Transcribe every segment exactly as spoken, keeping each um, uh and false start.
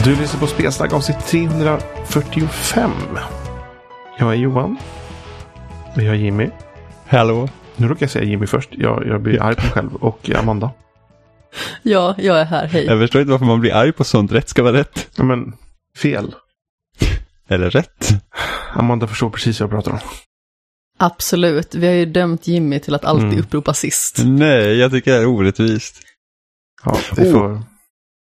Du lyssnar på Spelsnack avsnitt trehundrafyrtiofem. Jag är Johan. Och jag är Jimmy. Hallå. Nu råkar jag säga Jimmy först. Jag, jag blir arg på mig själv. Och Amanda. Ja, jag är här. Hej. Jag förstår inte varför man blir arg på sånt. Rätt ska vara rätt. Ja, men fel. Eller rätt. Amanda förstår precis vad jag pratar om. Absolut. Vi har ju dömt Jimmy till att alltid mm. uppropa sist. Nej, jag tycker det är orättvist. Ja, det får... Oh.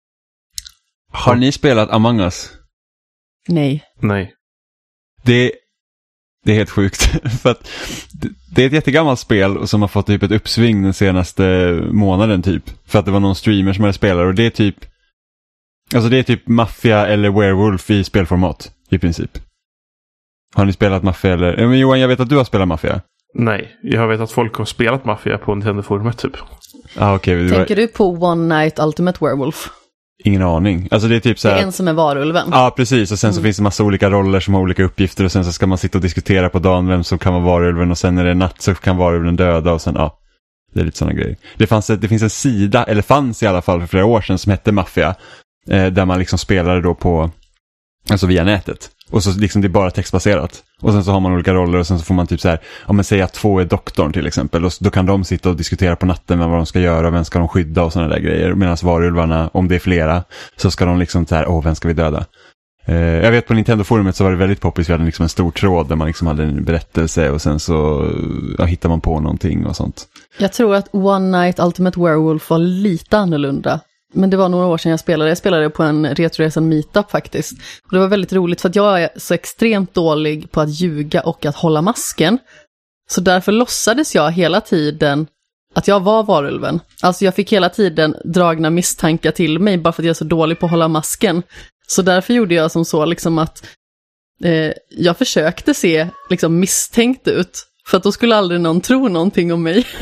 Har ni spelat Among Us? Nej. Nej. Det, det är helt sjukt. För att det är ett jättegammalt spel som har fått typ ett uppsving den senaste månaden typ. För att det var någon streamer som hade spelat. Och det är typ... Alltså det är typ Mafia eller Werewolf i spelformat. I princip. Har ni spelat Mafia eller... Men Johan, jag vet att du har spelat Mafia. Nej, jag vet att folk har spelat Mafia på Nintendo-forumet typ. Ah, okay. Tänker du på One Night Ultimate Werewolf? Ingen aning. Alltså det är typ så här... Det är en som är varulven. Ja, precis. Och sen så mm. finns det massa olika roller som har olika uppgifter. Och sen så ska man sitta och diskutera på dagen vem som kan vara varulven. Och sen när det är natt så kan varulven döda. Och sen, ja, det är lite sådana grejer. Det, fanns, det finns en sida, eller fanns i alla fall för flera år sedan, som hette Mafia. Eh, där man liksom spelade då på, alltså via nätet. Och så liksom det är bara textbaserat. Och sen så har man olika roller och sen så får man typ så här, om man säger att två är doktorn till exempel. Och då kan de sitta och diskutera på natten med vad de ska göra, vem ska de skydda och sådana där grejer. Medan varulvarna, om det är flera, så ska de liksom så här, åh, vem ska vi döda? Eh, jag vet på Nintendo-forumet så var det väldigt poppis, vi hade liksom en stor tråd där man liksom hade en berättelse och sen så ja, hittar man på någonting och sånt. Jag tror att One Night Ultimate Werewolf var lite annorlunda. Men det var några år sedan jag spelade. Jag spelade på en Retroresan meetup faktiskt. Och det var väldigt roligt för att jag är så extremt dålig på att ljuga och att hålla masken. Så därför låtsades jag hela tiden att jag var varulven. Alltså jag fick hela tiden dragna misstankar till mig bara för att jag är så dålig på att hålla masken. Så därför gjorde jag som så liksom att eh, jag försökte se liksom misstänkt ut. För att då skulle aldrig någon tro någonting om mig.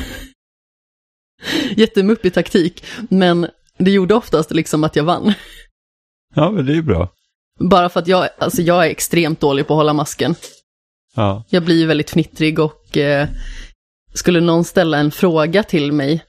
Jättemuppig taktik. Men det gjorde oftast liksom att jag vann. Ja, men det är ju bra. Bara för att jag, alltså jag är extremt dålig på att hålla masken. Ja. Jag blir väldigt fnittrig och eh, skulle någon ställa en fråga till mig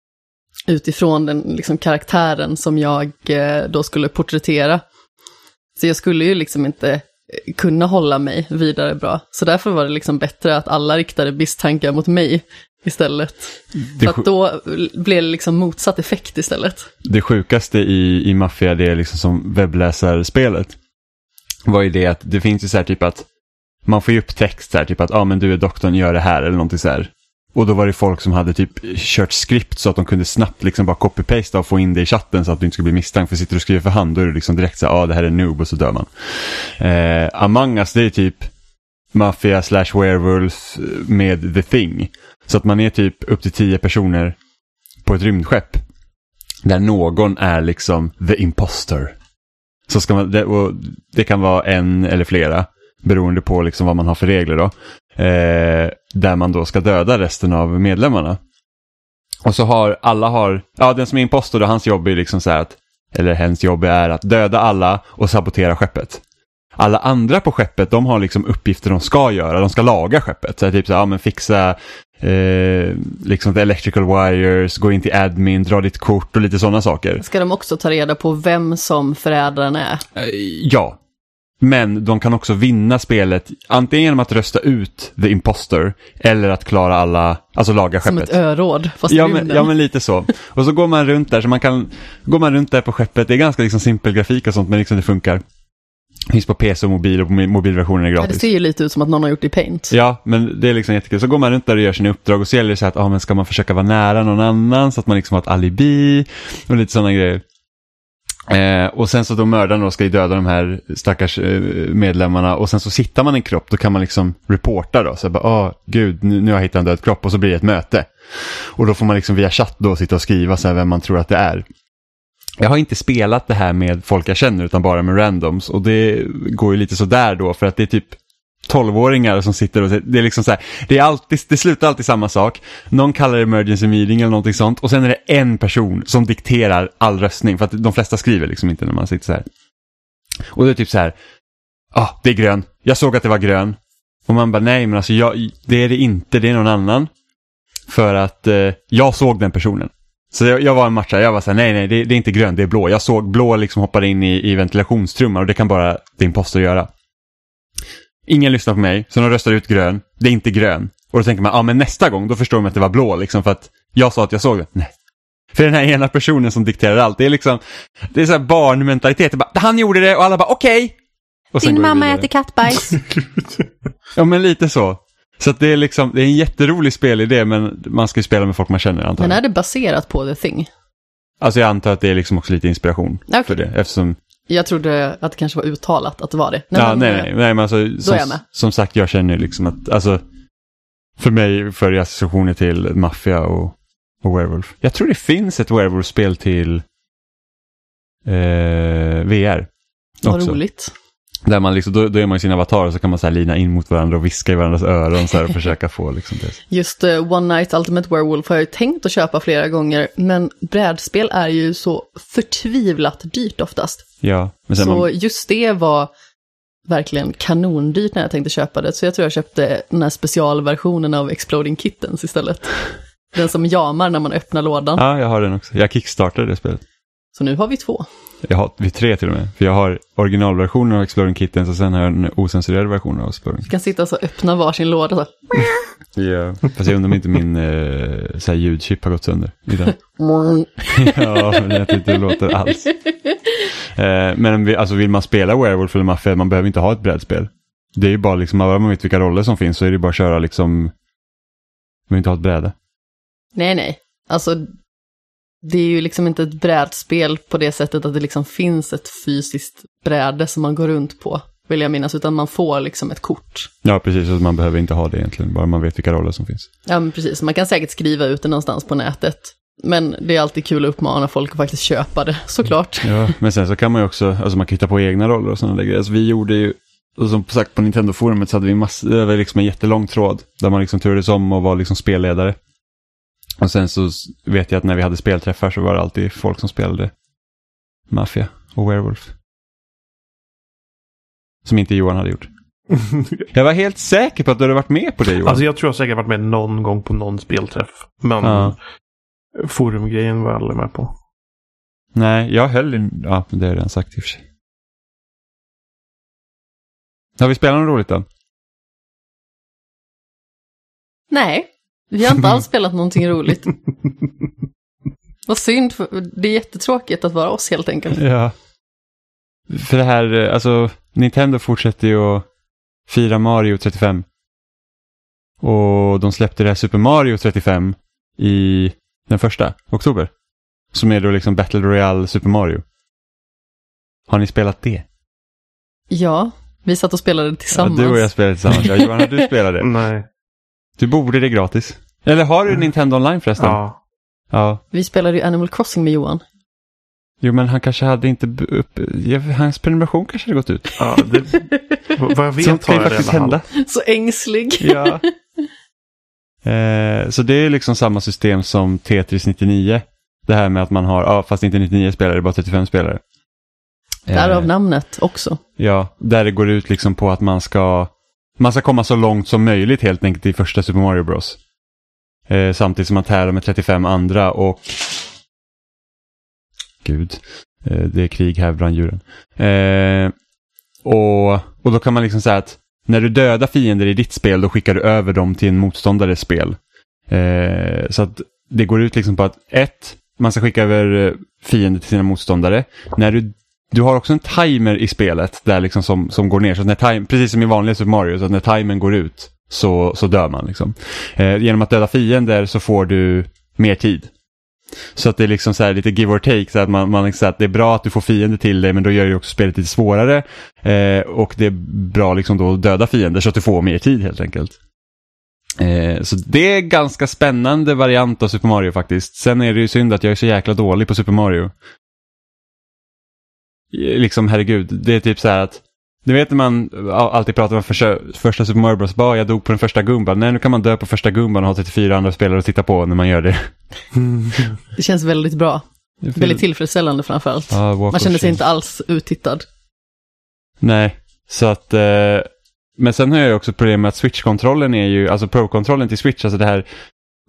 utifrån den liksom, karaktären som jag eh, då skulle porträttera. Så jag skulle ju liksom inte kunna hålla mig vidare bra. Så därför var det liksom bättre att alla riktade misstankar mot mig istället. Det för att då blev det liksom motsatt effekt istället. Det sjukaste i, i Mafia, det är liksom som webbläsarspelet, var ju det att det finns ju så här typ att man får ju upp text så här typ att ja ah, men du är doktorn, gör det här eller någonting så här. Och då var det folk som hade typ kört skript så att de kunde snabbt liksom bara copy-pasta och få in det i chatten så att du inte skulle bli misstänkt. För sitter du och skriver för hand, då är det liksom direkt så ja ah, det här är noob och så dör man. Eh, Among Us, det är typ Mafia slash Werewolf med The Thing. Så att man är typ upp till tio personer på ett rymdskepp där någon är liksom the imposter. Så ska man, det, och det kan vara en eller flera beroende på liksom vad man har för regler då. Eh, där man då ska döda resten av medlemmarna. Och så har alla har, ja den som är imposter då, hans jobb är liksom så här att, eller hennes jobb är att döda alla och sabotera skeppet. Alla andra på skeppet, de har liksom uppgifter de ska göra. De ska laga skeppet. Så här, typ så här, ja men fixa eh, liksom the electrical wires, gå in till admin, dra ditt kort och lite sådana saker. Ska de också ta reda på vem som förrädaren är? Eh, ja. Men de kan också vinna spelet antingen genom att rösta ut the imposter eller att klara alla, alltså laga skeppet. Som ett öråd, fast ja men, ja men lite så. Och så går man runt där, så man kan går man runt där på skeppet. Det är ganska liksom simpel grafik och sånt, men liksom det funkar. Finns på P C och mobil, och mobilversionen är gratis. Ja, det ser ju lite ut som att någon har gjort det i Paint. Ja, men det är liksom jättekul. Så går man runt där och gör sina uppdrag och så gäller det så att ah, men ska man försöka vara nära någon annan så att man liksom har ett alibi och lite sådana grejer. Eh, och sen så då mördaren då ska ju döda de här stackars eh, medlemmarna, och sen så sitter man i en kropp, då kan man liksom reporta då, så bara, åh oh, gud, nu, nu har jag hittat en död kropp, och så blir det ett möte. Och då får man liksom via chatt då sitta och skriva så här vem man tror att det är. Jag har inte spelat det här med folk jag känner utan bara med randoms, och det går ju lite så där då, för att det är typ tolvåringar som sitter och det är liksom så här, det är alltid, det slutar alltid samma sak. Någon kallar det emergency meeting eller någonting sånt, och sen är det en person som dikterar all röstning, för att de flesta skriver liksom inte när man sitter så här. Och det är typ så här, ah, det är grön. Jag såg att det var grön. Och man bara, nej men alltså jag, det är det inte, det är någon annan. För att eh, jag såg den personen. Så jag, jag var en matchare, jag var såhär, nej nej det, det är inte grön, det är blå. Jag såg blå liksom hoppade in i, i ventilationstrumman och det kan bara det imposter göra. Ingen lyssnar på mig, så de röstar ut grön. Det är inte grön. Och då tänker man, ja ah, men nästa gång då förstår de att det var blå liksom, för att jag sa att jag såg det. Nej. För den här ena personen som dikterar allt, det är liksom, det är så här barnmentalitet. Bara, han gjorde det och alla bara, okej. Okay. Din mamma äter kattbajs. Ja men lite så. Så att det är liksom, det är en jätterolig spelidé, men man ska ju spela med folk man känner antagligen. Men är det baserat på The Thing? Alltså jag antar att det är liksom också lite inspiration okay. för det, eftersom... Jag trodde att det kanske var uttalat att det var det. Nej, ja, men, nej, nej, nej, men alltså, som, som sagt, jag känner liksom att, alltså, för mig för associationer till Mafia och, och Werewolf. Jag tror det finns ett Werewolf-spel till eh, V R. Vad också. Roligt. Där man liksom, då, då är man i sin avatar och så kan man så här lina in mot varandra och viska i varandras öron så här och försöka få liksom det. Just uh, One Night Ultimate Werewolf har jag tänkt att köpa flera gånger, men brädspel är ju så förtvivlat dyrt oftast. Ja. Men sen så man... just det var verkligen kanondyrt när jag tänkte köpa det, så jag tror jag köpte den här specialversionen av Exploding Kittens istället. Den som jamar när man öppnar lådan. Ja, jag har den också. Jag kickstartade det spelet. Så nu har vi två. Jag har vi tre till och med. För jag har originalversionen av Exploding Kittens och sen har jag en osensurerad version av Exploding. Du kan sitta och öppna varsin låda så. Ja, fast jag undrar om inte min eh, så här ljudchip har gått sönder i den. Ja, men jag tyckte det låter alls. Eh, men alltså vill man spela Werewolf eller Mafia, man behöver inte ha ett brädspel. Det är ju bara liksom, när man vet vilka roller som finns så är det bara att köra liksom, man vill inte ha ett bräde. Nej, nej. Alltså, det är ju liksom inte ett brädspel på det sättet att det liksom finns ett fysiskt bräde som man går runt på, vill jag minnas, utan man får liksom ett kort. Ja, precis, så man behöver inte ha det egentligen, bara man vet vilka roller som finns. Ja, men precis. Man kan säkert skriva ut det någonstans på nätet, men det är alltid kul att uppmana folk att faktiskt köpa det, såklart. Ja, men sen så kan man ju också, alltså man kan hitta på egna roller och sådana där grejer. Alltså vi gjorde ju, och som sagt på Nintendo-forumet så hade vi massor, det var liksom en jättelång tråd där man liksom turades om och var liksom spelledare. Och sen så vet jag att när vi hade spelträffar så var det alltid folk som spelade Mafia och Werewolf. Som inte Johan hade gjort. Jag var helt säker på att du hade varit med på det, Johan. Alltså jag tror jag säkert varit med någon gång på någon spelträff. Men ja. Forumgrejen var jag aldrig med på. Nej, jag höll in... Ja, det har jag redan sagt i och för sig. Har vi spelat något roligt då? Nej, vi har inte alls spelat någonting roligt. Vad synd, för det är jättetråkigt att vara oss helt enkelt. Ja. För det här, alltså Nintendo fortsätter ju att fira Mario trettiofem. Och de släppte det här Super Mario trettiofem i den första oktober. Som är då liksom Battle Royale Super Mario. Har ni spelat det? Ja, vi satt och spelade tillsammans. Ja, du och jag spelade tillsammans. Ja, Johan, har du spelat det? Nej. Du borde det gratis. Eller har du Nintendo Online förresten? Ja. Ja. Vi spelade ju Animal Crossing med Johan. Jo, men han kanske hade inte upp... Hans prenumeration kanske hade gått ut. Ja, det... Vad jag vet sånt kan ju faktiskt hända. Så ängslig. Ja. Eh, så det är liksom samma system som Tetris nittionio. Det här med att man har... Ja, fast inte nittionio spelare, bara trettiofem spelare. Därav eh, namnet också. Ja, där det går ut liksom på att man ska... Man ska komma så långt som möjligt helt enkelt i första Super Mario Bros. Eh, samtidigt som man tävlar med trettiofem andra och... Gud, eh, det är krig här bland djuren. Eh, och, och då kan man liksom säga att när du dödar fiender i ditt spel, då skickar du över dem till en motståndares spel. Eh, så att det går ut liksom på att ett, man ska skicka över fiender till sina motståndare. När du Du har också en timer i spelet där liksom som, som går ner. Så när time, precis som i vanliga Super Mario, så att när timern går ut så, så dör man. Liksom. Eh, genom att döda fiender så får du mer tid. Så att det är liksom så här lite give or take. Så att, man, man liksom, att det är bra att du får fiender till dig, men då gör det också spelet lite svårare. Eh, och det är bra liksom då att döda fiender så att du får mer tid helt enkelt. Eh, så det är ganska spännande variant av Super Mario faktiskt. Sen är det ju synd att jag är så jäkla dålig på Super Mario. Liksom herregud, det är typ så här att du vet när man alltid pratar om första, första Super Mario Bros. Bara jag dog på den första gumban. Nej, nu kan man dö på första gumban och ha trettiofyra andra spelare att titta på när man gör det. Det känns väldigt bra. Väldigt tillfredsställande framförallt. Ja, man känner sig inte alls uttittad. Nej, så att eh, men sen har jag ju också problem med att Switch-kontrollen är ju, alltså Pro-kontrollen till Switch, alltså det här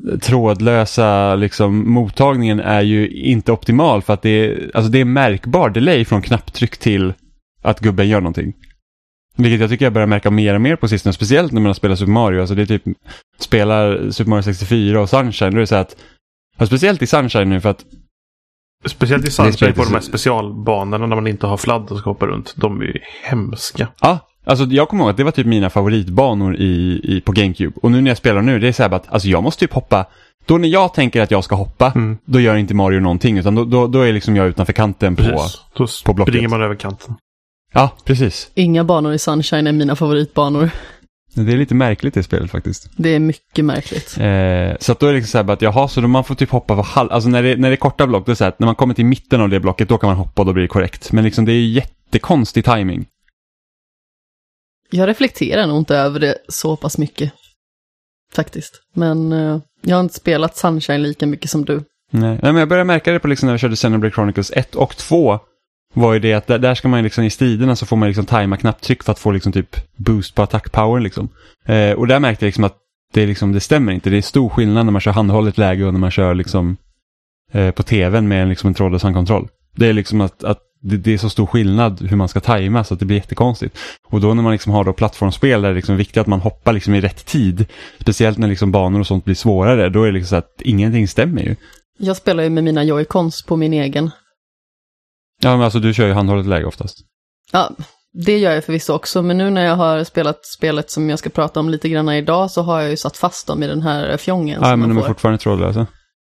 trådlösa liksom, mottagningen är ju inte optimal för att det är, alltså, det är märkbar delay från knapptryck till att gubben gör någonting. Vilket jag tycker jag börjar märka mer och mer på sistone, speciellt när man spelar Super Mario. Alltså det är typ, spelar Super Mario sextiofyra och Sunshine, då är det så att, ja, speciellt i Sunshine nu för att speciellt i Sunshine på de här specialbanorna när man inte har fladd och ska hoppa runt. De är ju hemska. Ja, alltså jag kommer ihåg att det var typ mina favoritbanor i, i, på GameCube. Och nu när jag spelar nu, det är så här att alltså jag måste typ hoppa. Då när jag tänker att jag ska hoppa, mm. då gör inte Mario någonting. Utan då, då, då är liksom jag utanför kanten på, då på blocket. Då springer man över kanten. Ja, precis. Inga banor i Sunshine är mina favoritbanor. Det är lite märkligt i spelet faktiskt. Det är mycket märkligt. Eh, så att då är det liksom så här att jaha, så då man får typ hoppa på halv... Alltså när det, när det är korta block, då är det så här att när man kommer till mitten av det blocket, då kan man hoppa och då blir det korrekt. Men liksom det är jättekonstig timing. Jag reflekterar nog inte över det så pass mycket. Faktiskt. Men eh, jag har inte spelat Sunshine lika mycket som du. Nej, Nej men jag började märka det på liksom när jag körde Xenoblade Chronicles ett och två. Var ju det att där, där ska man liksom i striderna så får man liksom tajma knapptryck för att få liksom typ boost på attackpower liksom. Eh, och där märkte jag liksom att det, liksom, det stämmer inte. Det är stor skillnad när man kör handhållet läge och när man kör liksom eh, på tvn med liksom en trådlös handkontroll. Det är liksom att, att det, det är så stor skillnad hur man ska tajma så att det blir jättekonstigt. Och då när man liksom har då plattformsspel där det är liksom viktigt att man hoppar liksom i rätt tid, speciellt när liksom banor och sånt blir svårare, då är det liksom så att ingenting stämmer ju. Jag spelar ju med mina Joy-Cons på min egen. Ja, men alltså du kör ju handhållet läge oftast. Ja, det gör jag förvisso också. Men nu när jag har spelat spelet som jag ska prata om lite grann idag så har jag ju satt fast dem i den här fjongen. Ja, men de är fortfarande trådlösa.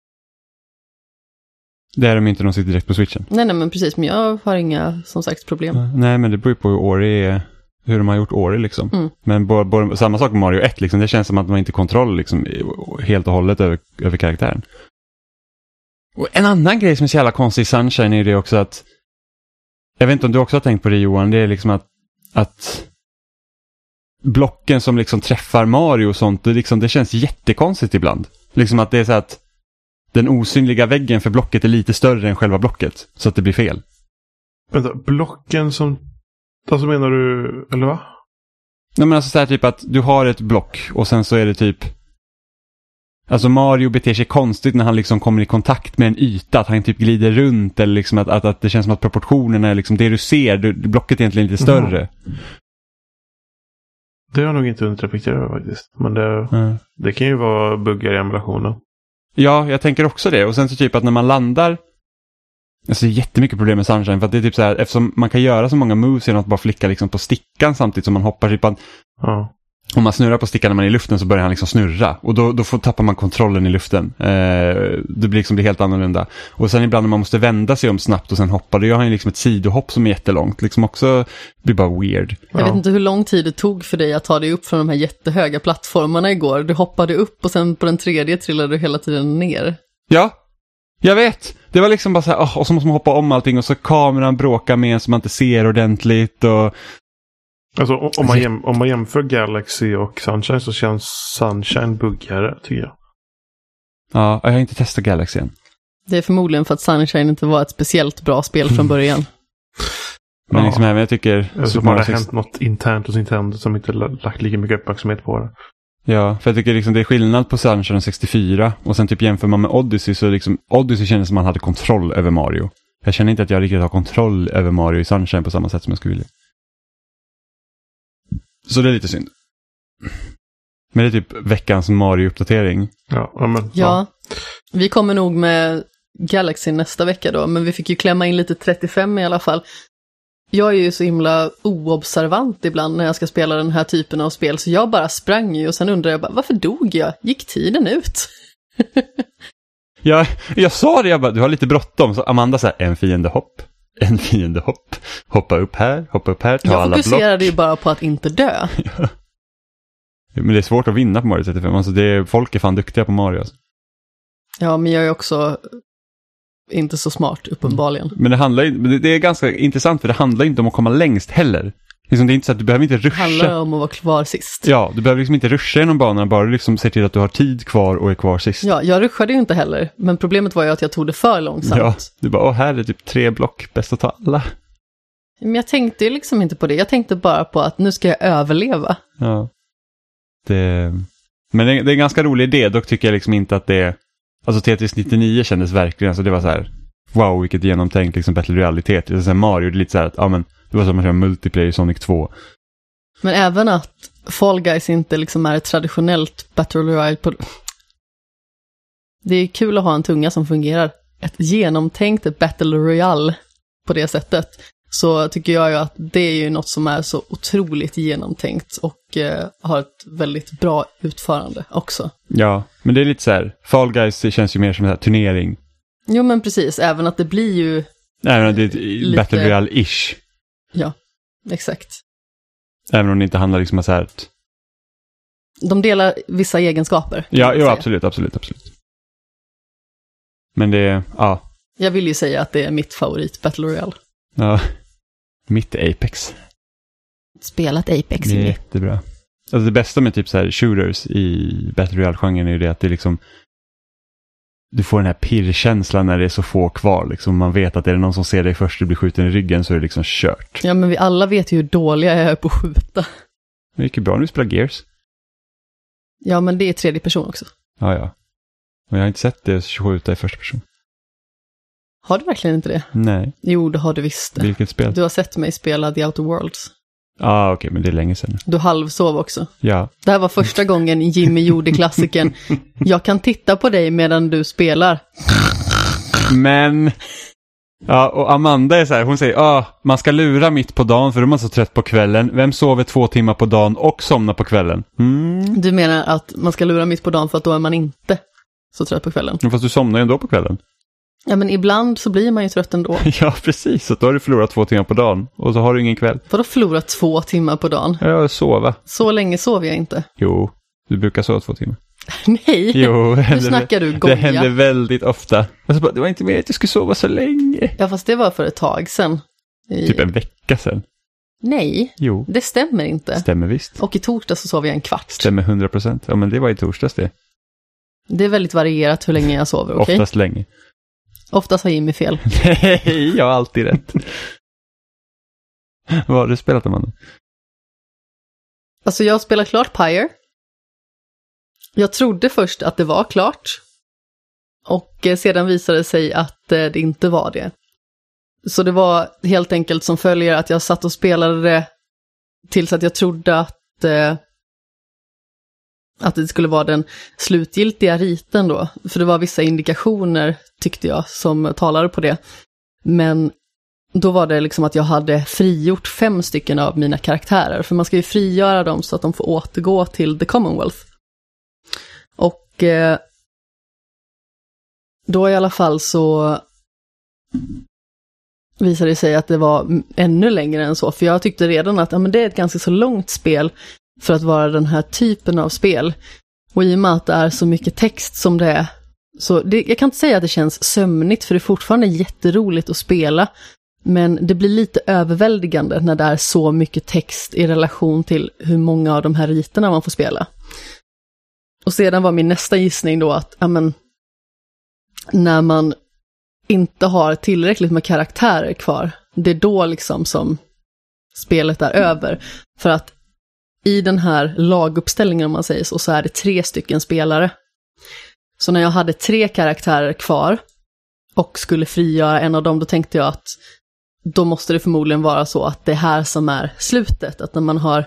Det är de inte, de sitter direkt på switchen. Nej, nej, men precis. Men jag har inga, som sagt, problem. Nej, men det beror ju på hur Ori är, hur de har gjort Ori liksom. Mm. Men bo, bo, samma sak med Mario ett liksom. Det känns som att man inte har kontroll liksom, helt och hållet över, över karaktären. Och en annan grej som är så jävla konstig i Sunshine är det också att jag vet inte om du också har tänkt på det, Johan. Det är liksom att, att blocken som liksom träffar Mario och sånt, det, liksom, det känns jättekonstigt ibland. Liksom att det är så att den osynliga väggen för blocket är lite större än själva blocket. Så att det blir fel. Vänta, blocken som... Alltså menar du, eller va? Nej, men alltså så här typ att du har ett block och sen så är det typ... Alltså Mario beter sig konstigt när han liksom kommer i kontakt med en yta, att han typ glider runt eller liksom att, att, att det känns som att proportionerna är liksom det du ser, du, blocket är egentligen lite större. Mm. Det har jag nog inte underreflekterat faktiskt, men det, mm. det kan ju vara buggar i emulationen. Ja, jag tänker också det. Och sen så typ att när man landar, alltså det är jättemycket problem med Sunshine för att det är typ så här, eftersom man kan göra så många moves genom att bara flicka liksom på stickan samtidigt som man hoppar typ att ja. Om man snurrar på stickan när man är i luften så börjar han liksom snurra. Och då, då får, tappar man kontrollen i luften. Eh, det blir liksom det helt annorlunda. Och sen ibland när man måste vända sig om snabbt och sen hoppa, då gör han liksom ett sidohopp som är jättelångt. Liksom också blir bara weird. Jag ja. vet inte hur lång tid det tog för dig att ta dig upp från de här jättehöga plattformarna igår. Du hoppade upp och sen på den tredje trillade du hela tiden ner. Ja, jag vet. Det var liksom bara så här, oh, och så måste man hoppa om allting och så kameran bråkar med en som man inte ser ordentligt och... Alltså om man, jäm, om man jämför Galaxy och Sunshine så känns Sunshine buggigare, tycker jag. Ja, jag har inte testat Galaxy än. Det är förmodligen för att Sunshine inte var ett speciellt bra spel från början. Men liksom även jag tycker... Alltså bara det har hänt något internt hos Nintendo som inte lagt lika mycket uppmärksamhet på det. Ja, för jag tycker liksom det är skillnad på Sunshine sextiofyra och sen typ jämför man med Odyssey så liksom Odyssey kändes som man hade kontroll över Mario. Jag känner inte att jag riktigt har kontroll över Mario i Sunshine på samma sätt som jag skulle vilja. Så det är lite synd. Men det är typ veckans Mario-uppdatering. Ja, men, ja. ja, vi kommer nog med Galaxy nästa vecka då. Men vi fick ju klämma in lite trettiofem i alla fall. Jag är ju så himla oobservant ibland när jag ska spela den här typen av spel. Så jag bara sprang ju och sen undrar jag bara, varför dog jag? Gick tiden ut? ja, jag sa det, jag bara, du har lite bråttom. Så Amanda sa, en fiende hopp. En fiende hopp. Hoppa upp här, hoppa upp här, ta alla block. Jag fokuserade ju bara på att inte dö. ja. Men det är svårt att vinna på Mario trettiofem. Alltså det är, folk är fan duktiga på Mario. Alltså. Ja, men jag är också inte så smart, uppenbarligen. Men det handlar ju, det är ganska intressant för det handlar inte om att komma längst heller. Liksom det är inte så att du behöver inte ruscha. Det handlar om att vara kvar sist. Ja, du behöver liksom inte ruscha genom banorna, bara liksom se till att du har tid kvar och är kvar sist. Ja, jag ruschade ju inte heller. Men problemet var ju att jag tog det för långsamt. Ja, du bara, åh här är typ tre block, bäst att ta alla. Men jag tänkte ju liksom inte på det. Jag tänkte bara på att nu ska jag överleva. Ja. Det... Men det är, det är en ganska rolig idé, dock tycker jag liksom inte att det är... Alltså Tetris nittionio kändes verkligen, alltså det var så här, wow, vilket genomtänkt liksom Battle Royale i Tetris. Sen Mario, det är lite så här att, ja men, det var som att man kör multiplayer i Sonic två. Men även att Fall Guys inte liksom är ett traditionellt Battle Royale på... Det är kul att ha en tunga som fungerar. Ett genomtänkt Battle Royale på det sättet. Så tycker jag ju att det är ju något som är så otroligt genomtänkt och eh, har ett väldigt bra utförande också. Ja, men det är lite så här, Fall Guys det känns ju mer som en här turnering. Jo men precis, även att det blir ju... Även att det är ett lite... Battle Royale-ish. Ja, exakt. Även om det inte handlar liksom om så här... Att... De delar vissa egenskaper. Ja, jo, absolut, absolut, absolut. Men det är, ja. Jag vill ju säga att det är mitt favorit Battle Royale. Ja, mitt är Apex. Spelat Apex. Det är jättebra. Alltså det bästa med typ så här shooters i Battle Royale-genren är ju det att det är liksom du får den här pirrkänslan när det är så få kvar. Liksom man vet att är det någon som ser dig först och blir skjuten i ryggen så är det liksom kört. Ja, men vi alla vet ju hur dåliga jag är på att skjuta. Det gick ju bra när vi spelar Gears. Ja, men det är tredje person också. Ja, ja. Och jag har inte sett det skjuta i första person. Har du verkligen inte det? Nej. Jo, det har du visst. Vilket spel? Du har sett mig spela The Outer Worlds. Ja, ah, okej, okay, men det är länge sedan. Du halvsov också. Ja. Det här var första gången Jimmy gjorde klassiken. Jag kan titta på dig medan du spelar. Men... Ja, och Amanda är så här, hon säger, ah, man ska lura mitt på dagen för då är man så trött på kvällen. Vem sover två timmar på dagen och somnar på kvällen? Mm. Du menar att man ska lura mitt på dagen för att då är man inte så trött på kvällen? Fast du somnar ju ändå på kvällen. Ja, men ibland så blir man ju trött ändå. Ja, precis. Så då har du förlorat två timmar på dagen och så har du ingen kväll. Vadå förlorat två timmar på dagen? Ja, sova. Så länge sover jag inte. Jo, du brukar sova två timmar. Nej, jo, nu snackar du goja. Det händer väldigt ofta. Alltså, det var inte mer att jag skulle sova så länge. Ja, fast det var för ett tag sedan. I... Typ en vecka sedan. Nej, jo. Det stämmer inte. Stämmer visst. Och i torsdag så sov jag en kvart. Stämmer hundra procent. Ja, men det var i torsdags det. Det är väldigt varierat hur länge jag sover, okej? Okay? Oftast länge. Oftast har Jimmy fel. Nej, jag har alltid rätt. Vad har du spelat, Amanda? Alltså jag har spelat klart Pyre. Jag trodde först att det var klart. Och sedan visade det sig att det inte var det. Så det var helt enkelt som följer att jag satt och spelade det tills att jag trodde att, att det skulle vara den slutgiltiga riten då. För det var vissa indikationer, tyckte jag, som talade på det. Men då var det liksom att jag hade frigjort fem stycken av mina karaktärer. För man ska ju frigöra dem så att de får återgå till The Commonwealth. Och eh, då i alla fall så visade det sig att det var ännu längre än så. För jag tyckte redan att ja, men det är ett ganska så långt spel för att vara den här typen av spel. Och i och med att det är så mycket text som det är. Så det, jag kan inte säga att det känns sömnigt för det är fortfarande jätteroligt att spela. Men det blir lite överväldigande när det är så mycket text i relation till hur många av de här riterna man får spela. Och sedan var min nästa gissning då att ja, men, när man inte har tillräckligt med karaktärer kvar, det är då liksom som spelet är över. För att i den här laguppställningen, om man säger så, så är det tre stycken spelare. Så när jag hade tre karaktärer kvar och skulle frigöra en av dem, då tänkte jag att då måste det förmodligen vara så att det är här som är slutet. Att när man har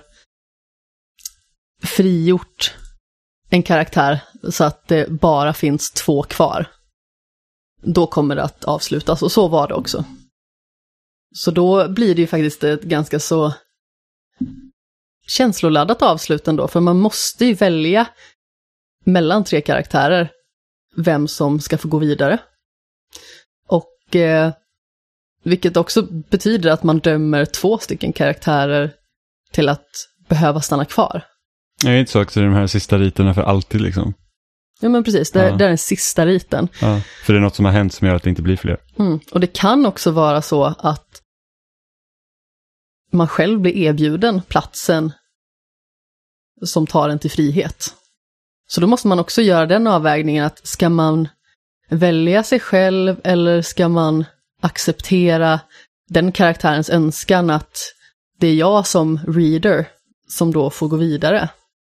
frigjort en karaktär så att det bara finns två kvar, då kommer det att avslutas. Och så var det också. Så då blir det ju faktiskt ett ganska så känsloladdat avslut ändå. För man måste ju välja mellan tre karaktärer vem som ska få gå vidare. Och eh, vilket också betyder att man dömer två stycken karaktärer till att behöva stanna kvar. Jag är inte så också de här sista riterna för alltid liksom. Ja men precis, det, ja. det är den sista riten. Ja, för det är något som har hänt som gör att det inte blir fler. Mm. Och det kan också vara så att man själv blir erbjuden platsen som tar en till frihet. Så då måste man också göra den avvägningen att ska man välja sig själv eller ska man acceptera den karaktärens önskan att det är jag som reader som då får gå vidare.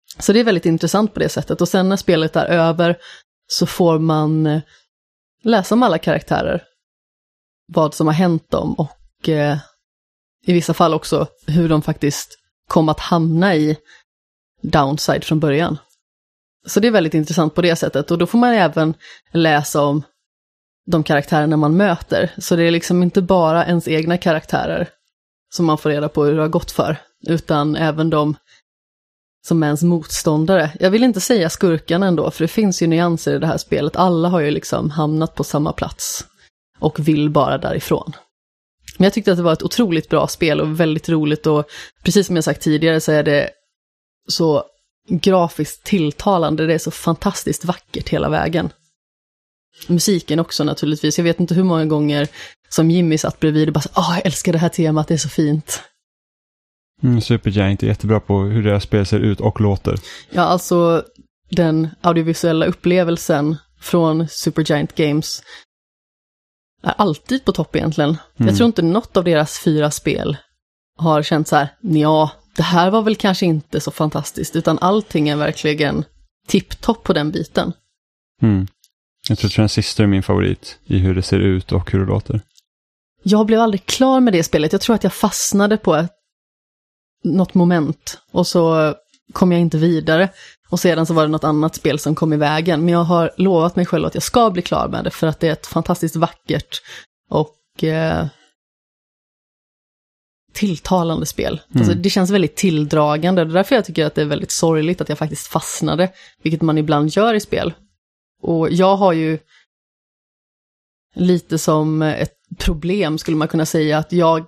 Så det är väldigt intressant på det sättet. Och sen när spelet är över så får man läsa om alla karaktärer. Vad som har hänt dem och eh, i vissa fall också hur de faktiskt kom att hamna i Downside från början. Så det är väldigt intressant på det sättet. Och då får man även läsa om de karaktärerna man möter. Så det är liksom inte bara ens egna karaktärer som man får reda på hur det har gått för. Utan även de som är ens motståndare. Jag vill inte säga skurkarna ändå, för det finns ju nyanser i det här spelet. Alla har ju liksom hamnat på samma plats och vill bara därifrån. Men jag tyckte att det var ett otroligt bra spel och väldigt roligt, och precis som jag sagt tidigare så är det så grafiskt tilltalande, det är så fantastiskt vackert hela vägen. Musiken också naturligtvis, jag vet inte hur många gånger som Jimmy satt bredvid och bara åh, jag älskar det här temat, det är så fint. Mm, Supergiant är jättebra på hur deras spel ser ut och låter. Ja, alltså den audiovisuella upplevelsen från Supergiant Games är alltid på topp egentligen. Mm. Jag tror inte något av deras fyra spel har känt så här, ja, det här var väl kanske inte så fantastiskt, utan allting är verkligen tipptopp på den biten. Mm. Jag tror att Transistor är min favorit i hur det ser ut och hur det låter. Jag blev aldrig klar med det spelet. Jag tror att jag fastnade på ett, något moment och så kom jag inte vidare. Och sedan så var det något annat spel som kom i vägen. Men jag har lovat mig själv att jag ska bli klar med det, för att det är ett fantastiskt vackert och eh, tilltalande spel. Mm. Alltså, det känns väldigt tilldragande. Det är därför jag tycker att det är väldigt sorgligt att jag faktiskt fastnade, vilket man ibland gör i spel. Och jag har ju lite som ett problem, skulle man kunna säga, att jag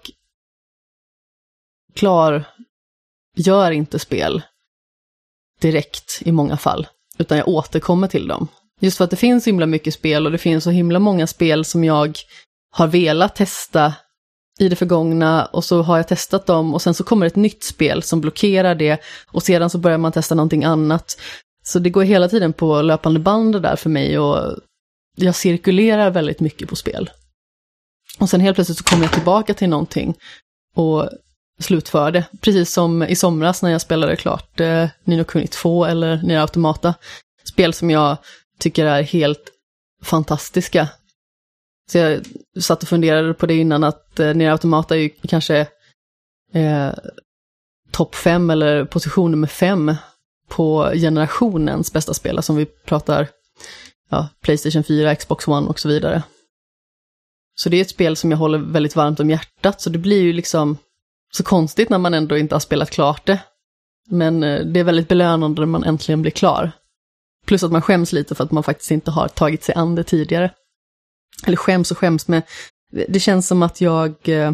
klar gör inte spel direkt i många fall, utan jag återkommer till dem. Just för att det finns så himla mycket spel och det finns så himla många spel som jag har velat testa i det förgångna, och så har jag testat dem och sen så kommer ett nytt spel som blockerar det och sedan så börjar man testa någonting annat. Så det går hela tiden på löpande band där för mig, och jag cirkulerar väldigt mycket på spel. Och sen helt plötsligt så kommer jag tillbaka till någonting och slutför det. Precis som i somras när jag spelade klart eh, Ni no Kuni två eller Nier Automata. Spel som jag tycker är helt fantastiska. Så jag satt och funderade på det innan, att eh, Nier Automata är ju kanske eh, topp fem eller position nummer fem på generationens bästa spel, som vi pratar ja, PlayStation fyra, Xbox One och så vidare. Så det är ett spel som jag håller väldigt varmt om hjärtat, så det blir ju liksom så konstigt när man ändå inte har spelat klart det. Men det är väldigt belönande när man äntligen blir klar. Plus att man skäms lite för att man faktiskt inte har tagit sig an det tidigare. Eller skäms och skäms, men det känns som att jag jag,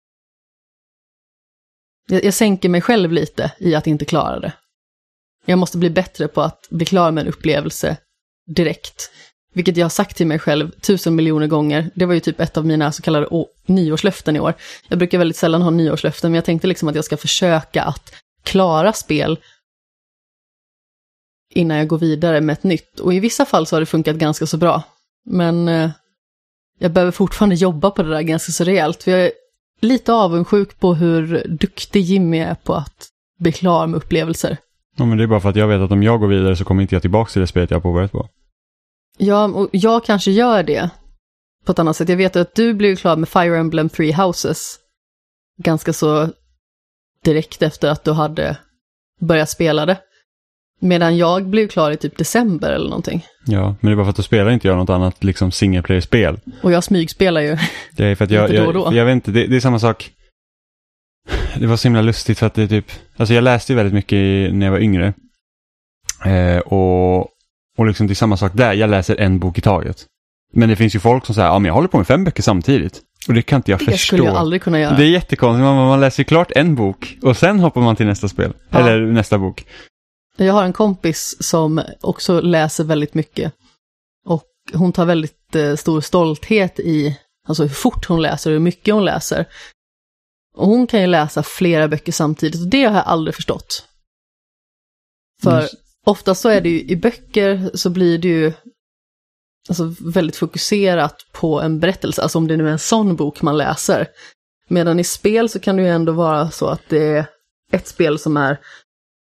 jag sänker mig själv lite i att inte klara det. Jag måste bli bättre på att bli klar med en upplevelse direkt. Vilket jag har sagt till mig själv tusen miljoner gånger. Det var ju typ ett av mina så kallade å- nyårslöften i år. Jag brukar väldigt sällan ha nyårslöften, men jag tänkte liksom att jag ska försöka att klara spel innan jag går vidare med ett nytt. Och i vissa fall så har det funkat ganska så bra. Men eh, jag behöver fortfarande jobba på det där ganska så rejält. För jag är lite avundsjuk på hur duktig Jimmy är på att bli klar med upplevelser. Ja, men det är bara för att jag vet att om jag går vidare så kommer inte jag tillbaka till det spelet jag har påbörjat på. Ja, och jag kanske gör det på ett annat sätt. Jag vet att du blev klar med Fire Emblem Three Houses ganska så direkt efter att du hade börjat spela det. Medan jag blev klar i typ december eller någonting. Ja, men det är bara för att du spelar inte jag något annat liksom single player-spel. Och jag smygspelar ju. Det är för att jag, då och då. jag, jag vet inte, det, det är samma sak. Det var så himla lustigt för att det är typ, alltså jag läste ju väldigt mycket när jag var yngre. Eh, och Och liksom det är samma sak där, jag läser en bok i taget. Men det finns ju folk som säger, ja men jag håller på med fem böcker samtidigt. Och det kan inte jag det förstå. Det skulle jag aldrig kunna göra. Det är jättekonstigt, man, man läser ju klart en bok och sen hoppar man till nästa spel. Ja. Eller nästa bok. Jag har en kompis som också läser väldigt mycket. Och hon tar väldigt eh, stor stolthet i alltså hur fort hon läser och hur mycket hon läser. Och hon kan ju läsa flera böcker samtidigt, och det har jag aldrig förstått. För mm. ofta så är det ju i böcker så blir det ju alltså väldigt fokuserat på en berättelse, alltså om det nu är en sån bok man läser. Medan i spel så kan det ju ändå vara så att det är ett spel som är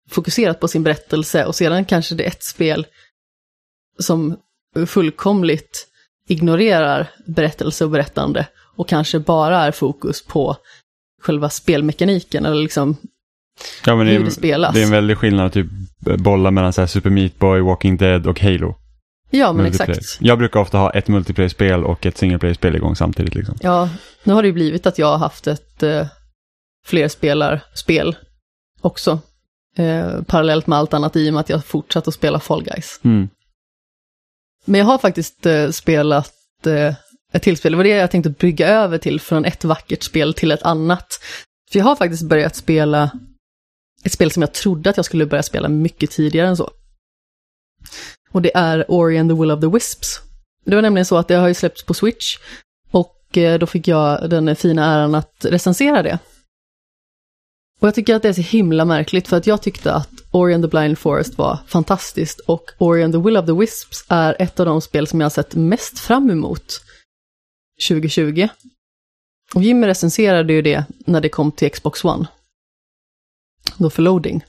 fokuserat på sin berättelse och sedan kanske det är ett spel som fullkomligt ignorerar berättelse och berättande och kanske bara är fokus på själva spelmekaniken eller liksom ja, men det, hur det spelas. Det är en väldig skillnad typ bolla mellan så här Super Meat Boy, Walking Dead och Halo. Ja, men exakt. Jag brukar ofta ha ett multiplayer-spel och ett single-player-spel igång samtidigt. Liksom. Ja, nu har det ju blivit att jag har haft ett eh, flerspelarspel också. Eh, parallellt med allt annat i och med att jag fortsatt att spela Fall Guys. Mm. Men jag har faktiskt eh, spelat eh, ett tillspel. Det var det jag tänkte bygga över till från ett vackert spel till ett annat. För jag har faktiskt börjat spela ett spel som jag trodde att jag skulle börja spela mycket tidigare än så. Och det är Ori and the Will of the Wisps. Det var nämligen så att det har ju släppts på Switch. Och eh, då fick jag den fina äran att recensera det. Och jag tycker att det är så himla märkligt för att jag tyckte att Ori and the Blind Forest var fantastiskt och Ori and the Will of the Wisps är ett av de spel som jag har sett mest fram emot tjugo tjugo. Och Jimmy recenserade ju det när det kom till Xbox One. Då för loading.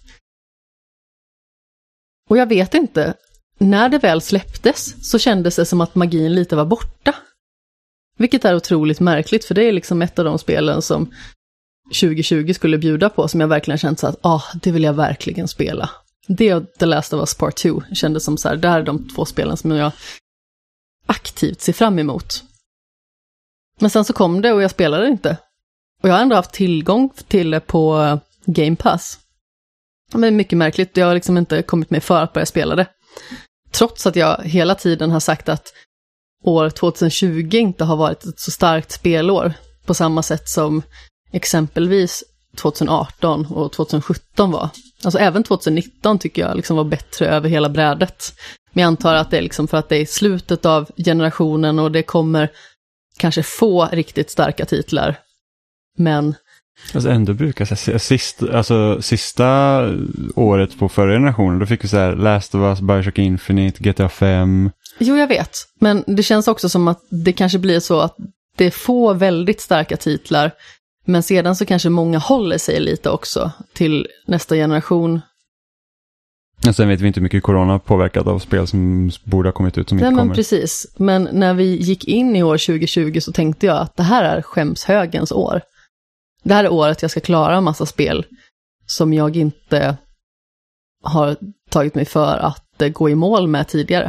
Och jag vet inte, när det väl släpptes så kändes det som att magin lite var borta. Vilket är otroligt märkligt för det är liksom ett av de spelen som tjugo tjugo skulle bjuda på som jag verkligen känt så att ah, det vill jag verkligen spela. Det och The Last of Us Part två kändes som så här, det här är de två spelen som jag aktivt ser fram emot. Men sen så kom det och jag spelade inte. Och jag har ändå haft tillgång till det på Game Pass. Men mycket märkligt, jag har liksom inte kommit med för att börja spela det. Trots att jag hela tiden har sagt att år tjugo inte har varit ett så starkt spelår på samma sätt som exempelvis tjugo arton och tjugo sjutton var. Alltså även tjugo nitton tycker jag liksom var bättre över hela brädet. Men jag antar att det är liksom för att det är slutet av generationen och det kommer kanske få riktigt starka titlar. Men alltså ändå brukar jag säga sist, alltså sista året på förra generationen då fick vi så här Last of Us, Bioshock Infinite, G T A fem. Jo, jag vet. Men det känns också som att det kanske blir så att det får väldigt starka titlar. Men sedan så kanske många håller sig lite också till nästa generation. Och sen vet vi inte hur mycket corona påverkat av spel som borde ha kommit ut som Nej, inte kommer. Men precis. Men när vi gick in i år tjugo tjugo så tänkte jag att det här är skämshögens år. Det här är året jag ska klara en massa spel som jag inte har tagit mig för att gå i mål med tidigare.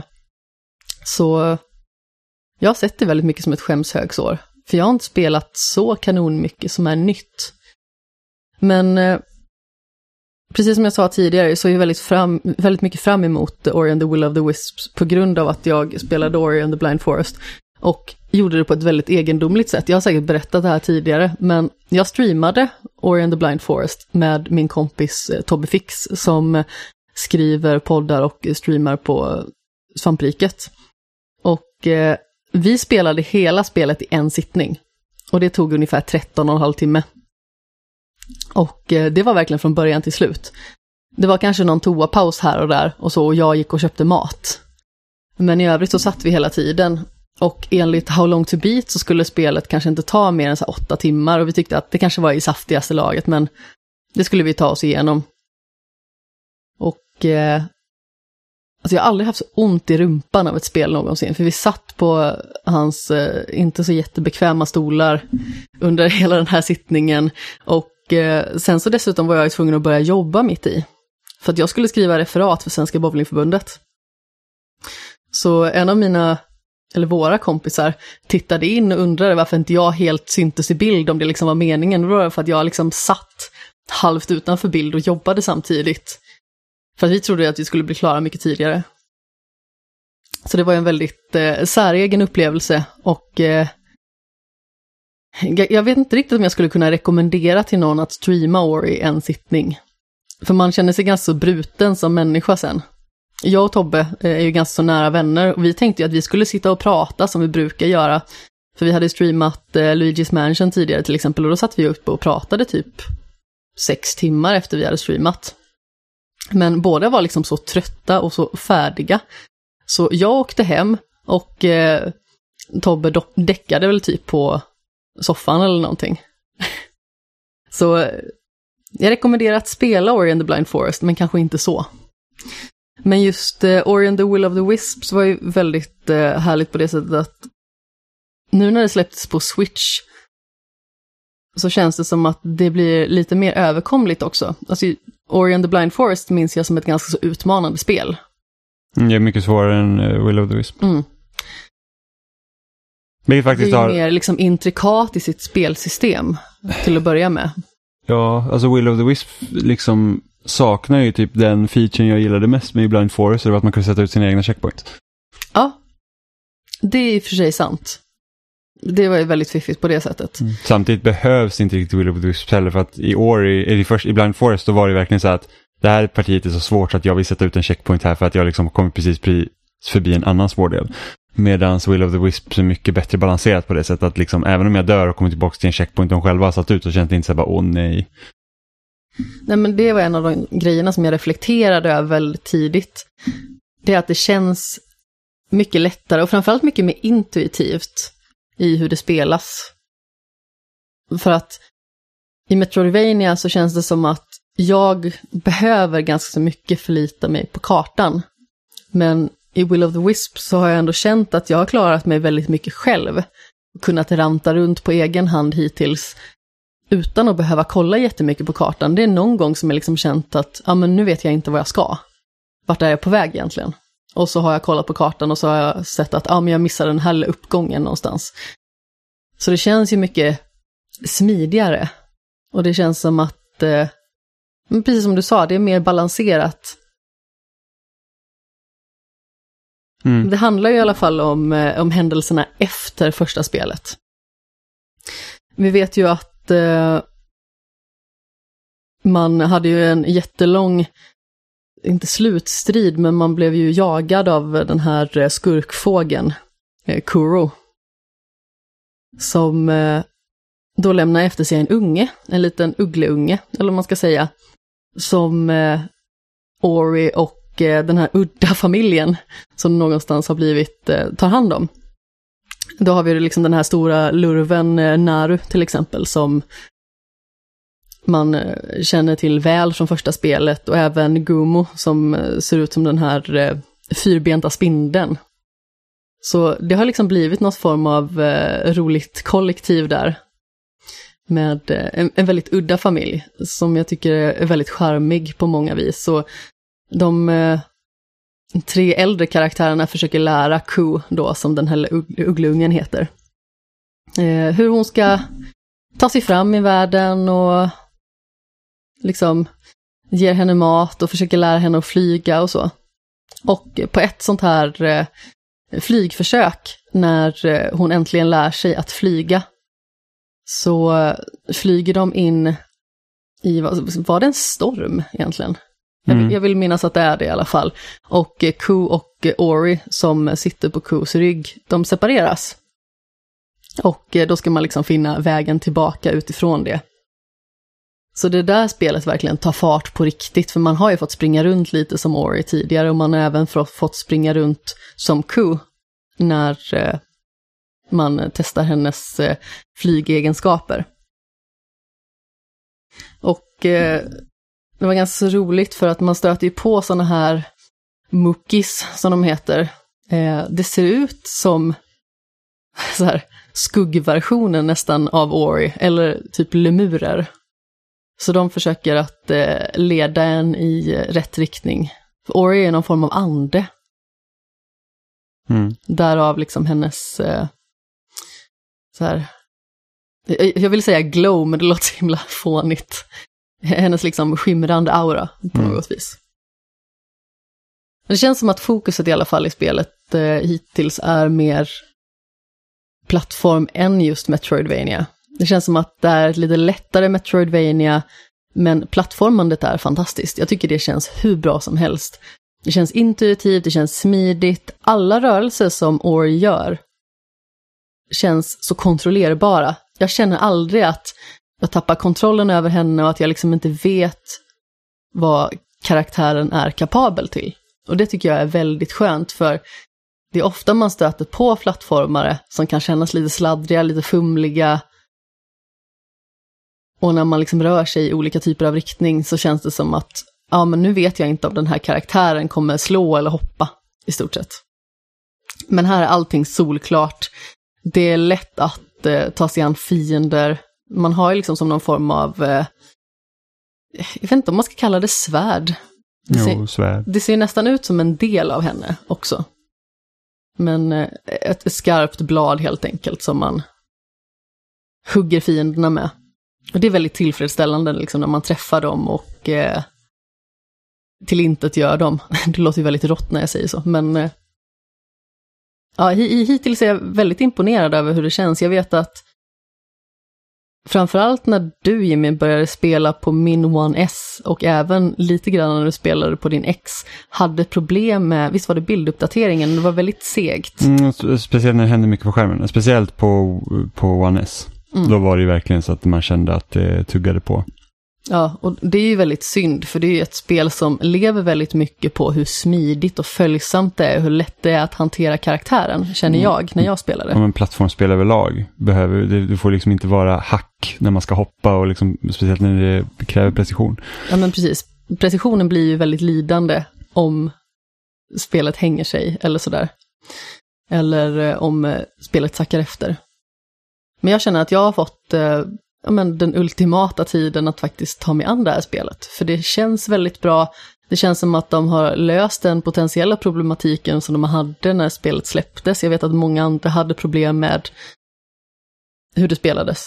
Så jag har sett det väldigt mycket som ett skämshögsår. För jag har inte spelat så kanon mycket som är nytt. Men eh, precis som jag sa tidigare så är jag väldigt, fram, väldigt mycket fram emot Ori and the Will of the Wisps på grund av att jag spelade Ori and the Blind Forest och gjorde det på ett väldigt egendomligt sätt. Jag har säkert berättat det här tidigare, men jag streamade Ori and the Blind Forest med min kompis eh, Tobbe Fix som skriver poddar och streamar på Svampriket. Och eh, vi spelade hela spelet i en sittning. Och det tog ungefär tretton och en halv timme. Och eh, det var verkligen från början till slut. Det var kanske någon toapaus här och där. Och så och jag gick och köpte mat. Men i övrigt så satt vi hela tiden. Och enligt How Long To Beat så skulle spelet kanske inte ta mer än så åtta timmar. Och vi tyckte att det kanske var i saftigaste laget. Men det skulle vi ta oss igenom. Och eh, alltså jag har aldrig haft så ont i rumpan av ett spel någonsin. För vi satt på hans eh, inte så jättebekväma stolar under hela den här sittningen. Och eh, sen så dessutom var jag tvungen att börja jobba mitt i. För att jag skulle skriva referat för Svenska Bowlingförbundet. Så en av mina, eller våra kompisar, tittade in och undrade varför inte jag helt syntes i bild om det liksom var meningen. Det var för att jag liksom satt halvt utanför bild och jobbade samtidigt. För att vi trodde att vi skulle bli klara mycket tidigare. Så det var en väldigt eh, säregen upplevelse. Och eh, jag vet inte riktigt om jag skulle kunna rekommendera till någon att streama Ori en sittning. För man känner sig ganska så bruten som människa sen. Jag och Tobbe eh, är ju ganska så nära vänner. Och vi tänkte ju att vi skulle sitta och prata som vi brukar göra. För vi hade streamat eh, Luigi's Mansion tidigare till exempel. Och då satt vi upp och pratade typ sex timmar efter vi hade streamat. Men båda var liksom så trötta och så färdiga. Så jag åkte hem och eh, Tobbe do- däckade väl typ på soffan eller någonting. Så jag rekommenderar att spela Ori and the Blind Forest, men kanske inte så. Men just uh, Ori and the Will of the Wisps var ju väldigt uh, härligt på det sättet att nu när det släpptes på Switch så känns det som att det blir lite mer överkomligt också. Alltså Ori and the Blind Forest minns jag som ett ganska så utmanande spel. Mm, det är mycket svårare än uh, Will of the Wisp. Mm. Vilket faktiskt det är har... mer liksom intrikat i sitt spelsystem till att börja med. Ja, alltså Will of the Wisp liksom saknar ju typ den featuren jag gillade mest med i Blind Forest, det var att man kunde sätta ut sina egna checkpoints. Ja, det är i och för sig sant. Det var ju väldigt fiffigt på det sättet. Mm. Samtidigt behövs inte riktigt Will of the Wisp heller, för att i Ori, i, först, i Blind Forest då var det verkligen så att det här partiet är så svårt så att jag vill sätta ut en checkpoint här för att jag liksom kommit precis förbi en annan svår del. Medan Will of the Wisp är mycket bättre balanserat på det sättet att liksom, även om jag dör och kommer tillbaka till en checkpoint de själva har satt ut så känns det inte så bara, åh nej. Nej, men det var en av de grejerna som jag reflekterade över väldigt tidigt. Det är att det känns mycket lättare och framförallt mycket mer intuitivt i hur det spelas. För att i Metroidvania så känns det som att jag behöver ganska så mycket förlita mig på kartan. Men i Will of the Wisp så har jag ändå känt att jag har klarat mig väldigt mycket själv. Och kunnat ranta runt på egen hand hittills utan att behöva kolla jättemycket på kartan. Det är någon gång som jag liksom känt att ja, men nu vet jag inte vad jag ska. Vart är jag på väg egentligen? Och så har jag kollat på kartan och så har jag sett att ja, men jag missar den här uppgången någonstans. Så det känns ju mycket smidigare. Och det känns som att, eh, precis som du sa, det är mer balanserat. Mm. Det handlar ju i alla fall om, eh, om händelserna efter första spelet. Vi vet ju att eh, man hade ju en jättelång, inte slutstrid, men man blev ju jagad av den här skurkfågeln, eh, Kuro. Som eh, då lämnar efter sig en unge, en liten uggleunge, eller vad man ska säga. Som eh, Ori och eh, den här udda familjen som någonstans har blivit, eh, tar hand om. Då har vi liksom den här stora lurven eh, Naru till exempel som man eh, känner till väl från första spelet. Och även Gumo som eh, ser ut som den här eh, fyrbenta spindeln. Så det har liksom blivit något form av eh, roligt kollektiv där. Med eh, en, en väldigt udda familj som jag tycker är väldigt charmig på många vis. Så de eh, tre äldre karaktärerna försöker lära Ku då, som den här uggleungen heter. Eh, hur hon ska ta sig fram i världen och liksom ger henne mat och försöker lära henne att flyga och så. Och på ett sånt här eh, flygförsök när eh, hon äntligen lär sig att flyga så eh, flyger de in i, var det en storm egentligen? Mm. Jag, jag vill minnas att det är det i alla fall. Och eh, Ku och eh, Ori som sitter på Kus rygg, de separeras. Och eh, då ska man liksom finna vägen tillbaka utifrån det. Så det där spelet verkligen tar fart på riktigt, för man har ju fått springa runt lite som Ori tidigare och man har även fått springa runt som Ku när eh, man testar hennes eh, flygegenskaper. Och eh, det var ganska roligt för att man stöter ju på såna här muckis som de heter. Eh, det ser ut som så här skuggversionen nästan av Ori, eller typ lemurer. Så de försöker att eh, leda en i eh, rätt riktning. För Ori är någon form av ande. Mm. Därav liksom hennes eh, så här, jag, jag vill säga glow, men det låter så himla fånigt. Hennes liksom skimrande aura på mm. något vis. Det känns som att fokuset i alla fall i spelet eh, hittills är mer plattform än just Metroidvania. Det känns som att det är ett lite lättare Metroidvania, men plattformandet är fantastiskt. Jag tycker det känns hur bra som helst. Det känns intuitivt, det känns smidigt. Alla rörelser som Ori gör känns så kontrollerbara. Jag känner aldrig att jag tappar kontrollen över henne och att jag liksom inte vet vad karaktären är kapabel till. Och det tycker jag är väldigt skönt, för det är ofta man stöter på plattformare som kan kännas lite sladdriga, lite fumliga. Och när man liksom rör sig i olika typer av riktning så känns det som att ja, men nu vet jag inte om den här karaktären kommer slå eller hoppa i stort sett. Men här är allting solklart. Det är lätt att eh, ta sig an fiender. Man har ju liksom som någon form av eh, jag vet inte om man ska kalla det svärd. Det ser, jo, svärd. Det ser nästan ut som en del av henne också. Men eh, ett skarpt blad helt enkelt som man hugger fienderna med. Och det är väldigt tillfredsställande liksom, när man träffar dem och eh, tillintet gör dem. Det låter ju väldigt rått när jag säger så. Men eh, ja, hittills är jag väldigt imponerad över hur det känns. Jag vet att framförallt när du, Jimmy, började spela på min One S och även lite grann när du spelade på din X hade problem med, visst var det bilduppdateringen, det var väldigt segt. Mm, speciellt när det hände mycket på skärmen, speciellt på, på One S. Mm. Då var det ju verkligen så att man kände att det tuggade på. Ja, och det är ju väldigt synd, för det är ju ett spel som lever väldigt mycket på hur smidigt och följsamt det är, hur lätt det är att hantera karaktären, känner jag, när jag spelar det. Ja, men plattformsspel överlag behöver, det, det får liksom inte vara hack när man ska hoppa, och liksom, speciellt när det kräver precision. Ja, men precis. Precisionen blir ju väldigt lidande om spelet hänger sig, eller sådär. Eller om spelet sackar efter. Men jag känner att jag har fått eh, ja, men den ultimata tiden att faktiskt ta mig an det här spelet. För det känns väldigt bra. Det känns som att de har löst den potentiella problematiken som de hade när spelet släpptes. Jag vet att många andra hade problem med hur det spelades.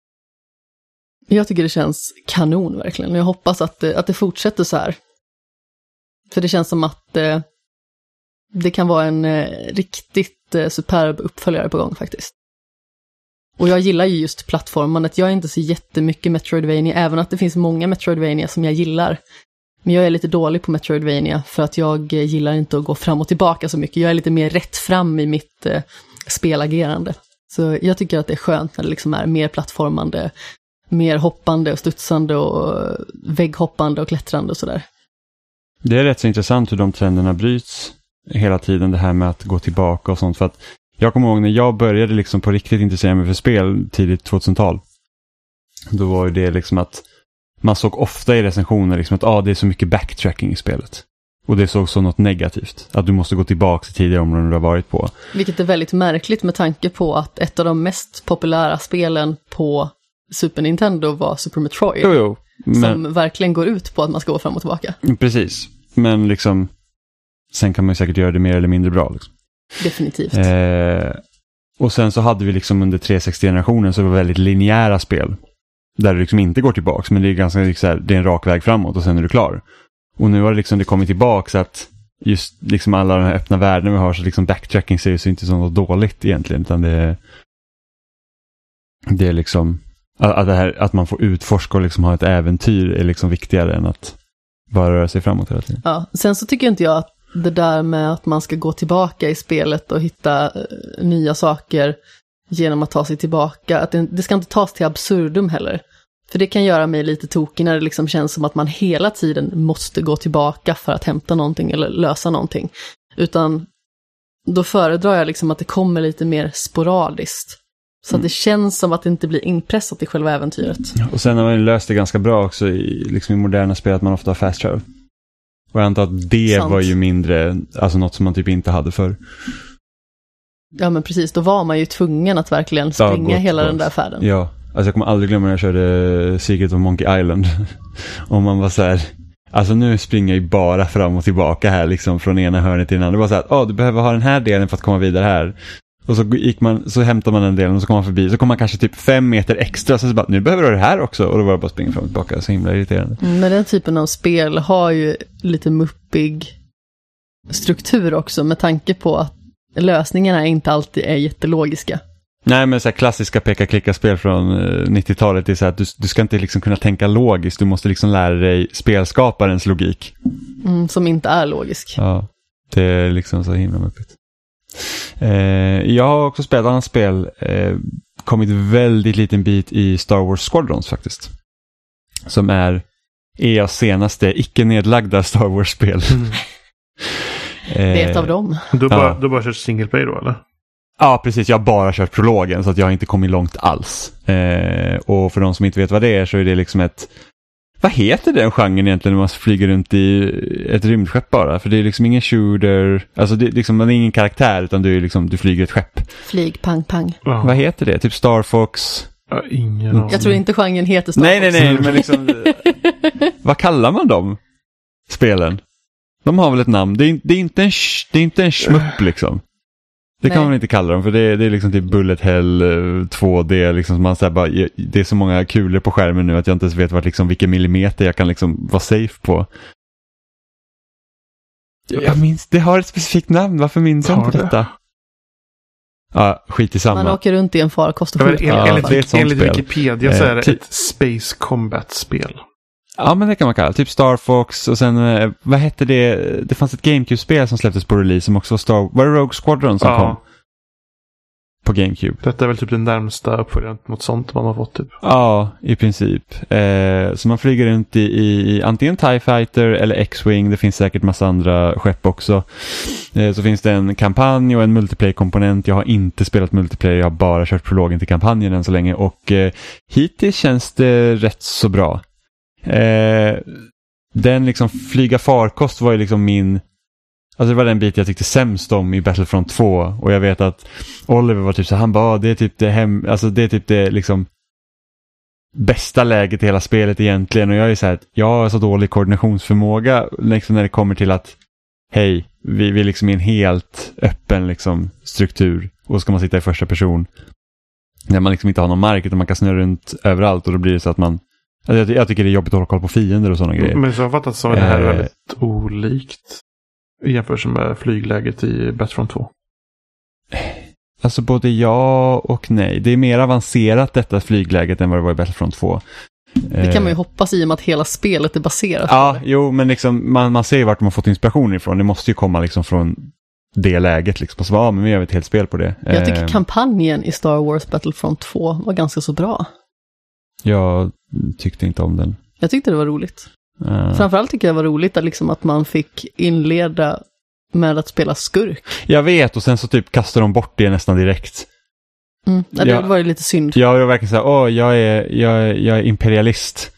Jag tycker det känns kanon verkligen. Jag hoppas att det, att det fortsätter så här. För det känns som att eh, det kan vara en eh, riktigt eh, superb uppföljare på gång faktiskt. Och jag gillar ju just plattformandet. Jag är inte så jättemycket Metroidvania, även att det finns många Metroidvania som jag gillar. Men jag är lite dålig på Metroidvania för att jag gillar inte att gå fram och tillbaka så mycket. Jag är lite mer rätt fram i mitt eh, spelagerande. Så jag tycker att det är skönt när det liksom är mer plattformande, mer hoppande och studsande och vägghoppande och klättrande och sådär. Det är rätt så intressant hur de trenderna bryts hela tiden, det här med att gå tillbaka och sånt. För att jag kommer ihåg när jag började liksom på riktigt intressera mig för spel tidigt tvåtusental. Då var ju det liksom att man såg ofta i recensioner liksom att ah, det är så mycket backtracking i spelet. Och det såg så något negativt. Att du måste gå tillbaka till tidigare områden du har varit på. Vilket är väldigt märkligt med tanke på att ett av de mest populära spelen på Super Nintendo var Super Metroid. Jo, jo, men... Som verkligen går ut på att man ska gå fram och tillbaka. Precis. Men liksom sen kan man ju säkert göra det mer eller mindre bra liksom. Definitivt. Eh, och sen så hade vi liksom under trehundrasextio-generationen så var det väldigt linjära spel. Där du liksom inte går tillbaka, men det är ganska liksom, det är en rak väg framåt och sen är du klar. Och nu har det liksom det kommit tillbaka så att just liksom alla de här öppna världen vi har, så liksom backtracking ser ju så inte som något dåligt egentligen, utan det är det är liksom att, det här, att man får utforska och liksom ha ett äventyr är liksom viktigare än att bara röra sig framåt hela tiden. Ja, sen så tycker inte jag att det där med att man ska gå tillbaka i spelet och hitta uh, nya saker genom att ta sig tillbaka, att det, det ska inte tas till absurdum heller. För det kan göra mig lite tokig när det liksom känns som att man hela tiden måste gå tillbaka för att hämta någonting eller lösa någonting. Utan då föredrar jag liksom att det kommer lite mer sporadiskt. Så mm. att det känns som att det inte blir inpressat i själva äventyret. Och sen har man löst det ganska bra också i, liksom i moderna spel att man ofta har fast travel. Och jag antar att det Sant. var ju mindre, alltså något som man typ inte hade förr. Ja men precis, då var man ju tvungen att verkligen springa ja, hela den där färden. Ja, alltså jag kommer aldrig glömma när jag körde Secret of Monkey Island. Och man var så här, alltså nu springer jag ju bara fram och tillbaka här liksom från ena hörnet till den andra. Det var så här, åh oh, du behöver ha den här delen för att komma vidare här. Och så gick man, så hämtar man den delen och så kom man förbi. Så kom man kanske typ fem meter extra. Så, så bara, nu behöver du det här också. Och då var det bara att springa fram och tillbaka. Så himla irriterande. Men den typen av spel har ju lite muppig struktur också. Med tanke på att lösningarna inte alltid är jättelogiska. Nej, men så här klassiska peka-klicka-spel från nittiotalet är så här att du, du ska inte liksom kunna tänka logiskt. Du måste liksom lära dig spelskaparens logik. Mm, som inte är logisk. Ja, det är liksom så himla muppigt. Eh, jag har också spelat annat spel, eh, kommit väldigt liten bit i Star Wars Squadrons faktiskt. Som är E A:s senaste icke-nedlagda Star Wars-spel. Mm. Det är ett av dem. Du bara, ja. du bara kört single play då, eller? Ja, precis. Jag har bara kört prologen så att jag har inte kommit långt alls. Eh, och för de som inte vet vad det är så är det liksom ett... Vad heter den genren egentligen när man flyger runt i ett rymdskepp bara? För det är liksom ingen shooter... Alltså det, liksom, man är ingen karaktär utan du, är liksom, du flyger ett skepp. Flyg, pang, pang. Ja. Vad heter det? Typ Star Fox? Ja, ingen mm. Jag tror inte genren heter Star nej, Fox. Nej, nej, nej. Men liksom... vad kallar man dem? Spelen? De har väl ett namn. Det är, det är, inte, en, det är inte en schmupp liksom. Det kan Nej. man inte kalla dem för det är, det är liksom typ Bullet Hell två D liksom, man säger bara, det är så många kulor på skärmen nu att jag inte ens vet vart, liksom, vilken millimeter jag kan liksom vara safe på. Jag minns, det har ett specifikt namn, varför minns jag inte detta? Ja, skit i samma. Man åker runt i en farkost och skjuter. Ja, enligt enligt, enligt Wikipedia så är det eh, ett Space Combat-spel. Ja, men det kan man kalla. Typ Star Fox och sen, vad hette det? Det fanns ett GameCube-spel som släpptes på release som också var Star... Var det Rogue Squadron som ja. kom? På GameCube. Detta är väl typ den närmsta uppföljaren mot sånt man har fått typ. Ja, i princip. Eh, så man flyger runt i, i antingen TIE Fighter eller X-Wing. Det finns säkert massa andra skepp också. Eh, så finns det en kampanj och en multiplayer-komponent. Jag har inte spelat multiplayer, jag har bara kört prologen till kampanjen än så länge. Och eh, hittills känns det rätt så bra. Eh, den liksom flyga farkost var ju liksom min, alltså det var den bit jag tyckte sämst om i Battlefront två, och jag vet att Oliver var typ så, han bara, det är typ det hem, alltså det är typ det liksom bästa läget i hela spelet egentligen, och jag är så här att jag har så dålig koordinationsförmåga liksom när det kommer till att hej, vi, vi liksom är en helt öppen liksom struktur, och ska man sitta i första person när man liksom inte har någon mark utan man kan snurra runt överallt, och då blir det så att man, alltså jag, jag tycker det är jobbigt att hålla koll på fiender och sådana grejer. Men så har jag fattat så är det här eh, väldigt olikt i jämförelse med flygläget i Battlefront två. Alltså både ja och nej. Det är mer avancerat detta flygläget än vad det var i Battlefront två. Det kan man ju hoppas i och med att hela spelet är baserat ja, på det. Jo, men liksom, man, man ser vart man har fått inspiration ifrån. Det måste ju komma liksom från det läget. Liksom. Så, ja, men vi gör ett helt spel på det. Jag tycker eh, kampanjen i Star Wars Battlefront två var ganska så bra. Jag tyckte inte om den. Jag tyckte det var roligt. Uh. Framförallt tycker jag det var roligt att, liksom att man fick inleda med att spela skurk. Jag vet, och sen så typ kastar de bort det nästan direkt. Mm. Ja, det jag, var ju lite synd. Jag var verkligen så här, åh, jag är, jag är, jag är imperialist.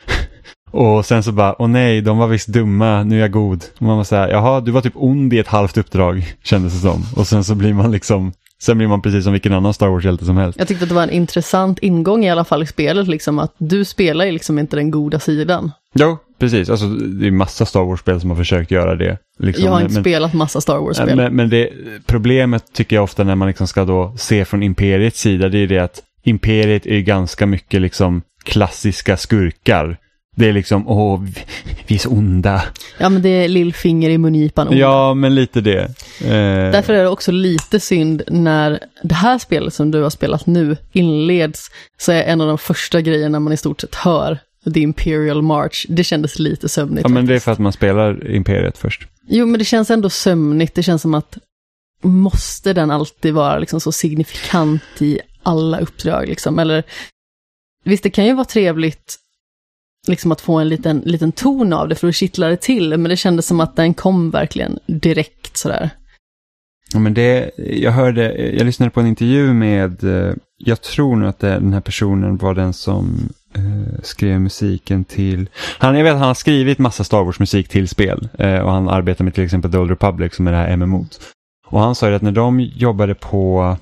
Och sen så bara, åh nej, de var visst dumma, nu är jag god. Och man var så här, jaha, du var typ ond i ett halvt uppdrag, kändes det som. Och sen så blir man liksom, sen blir man precis som vilken annan Star Wars-hjälte som helst. Jag tyckte att det var en intressant ingång i alla fall i spelet, liksom att du spelar ju liksom inte den goda sidan. Jo, precis. Alltså, det är massa Star Wars-spel som har försökt göra det. Liksom. Jag har inte men, spelat massa Star Wars-spel. Men, men det, problemet tycker jag ofta när man liksom ska då se från Imperiets sida, det är det att Imperiet är ganska mycket liksom klassiska skurkar. Det är liksom, åh, vi är så onda. Ja, men det är lillfinger i mungipan. Onda. Ja, men lite det. Eh... Därför är det också lite synd när det här spelet som du har spelat nu inleds, så är en av de första grejerna man i stort sett hör The Imperial March. Det kändes lite sömnigt. Ja, men faktiskt. det är för att man spelar Imperiet först. Jo, men det känns ändå sömnigt. Det känns som att måste den alltid vara liksom så signifikant i alla uppdrag liksom. Eller visst, det kan ju vara trevligt liksom att få en liten, liten ton av det för att kittla det till, men det kändes som att den kom verkligen direkt sådär. Ja, men det, jag hörde, jag lyssnade på en intervju med, jag tror nu att det, den här personen var den som eh, skrev musiken till, han, jag vet att han har skrivit massa Star Wars musik till spel, eh, och han arbetar med till exempel The Old Republic som är det här M M O-t. Och han sa ju att när de jobbade på,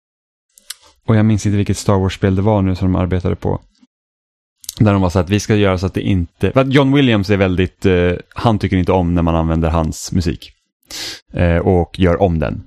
och jag minns inte vilket Star Wars-spel det var nu som de arbetade på, där de var så att vi ska göra så att det inte... För att John Williams är väldigt... Eh, han tycker inte om när man använder hans musik. Eh, och gör om den.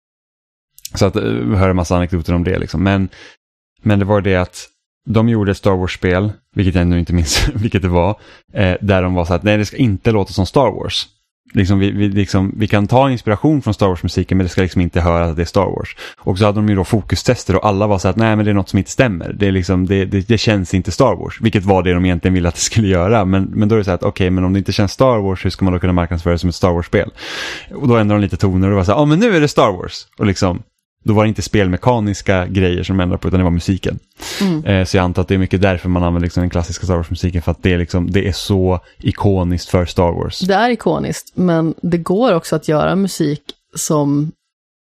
Så att vi eh, hör en massa anekdoter om det liksom. Men, men det var det att de gjorde ett Star Wars-spel, vilket jag ännu inte minns vilket det var, eh, där de var så att nej, det ska inte låta som Star Wars. Liksom vi, vi, liksom, vi kan ta inspiration från Star Wars-musiken, men det ska liksom inte höra att det är Star Wars. Och så hade de ju då fokustester och alla var så att nej, men det är något som inte stämmer. Det, är liksom, det, det, det känns inte Star Wars, vilket var det de egentligen ville att det skulle göra. Men, men då är det så att okej, okay, men om det inte känns Star Wars, hur ska man då kunna marknadsföra det som ett Star Wars-spel? Och då ändrade de lite toner och det var så här, ja ah, men nu är det Star Wars. Och liksom, då var det inte spelmekaniska grejer som de ändrade på, utan det var musiken. Mm. Eh, så jag antar att det är mycket därför man använder liksom den klassiska Star Wars-musiken, för att det är, liksom, det är så ikoniskt för Star Wars. Det är ikoniskt, men det går också att göra musik som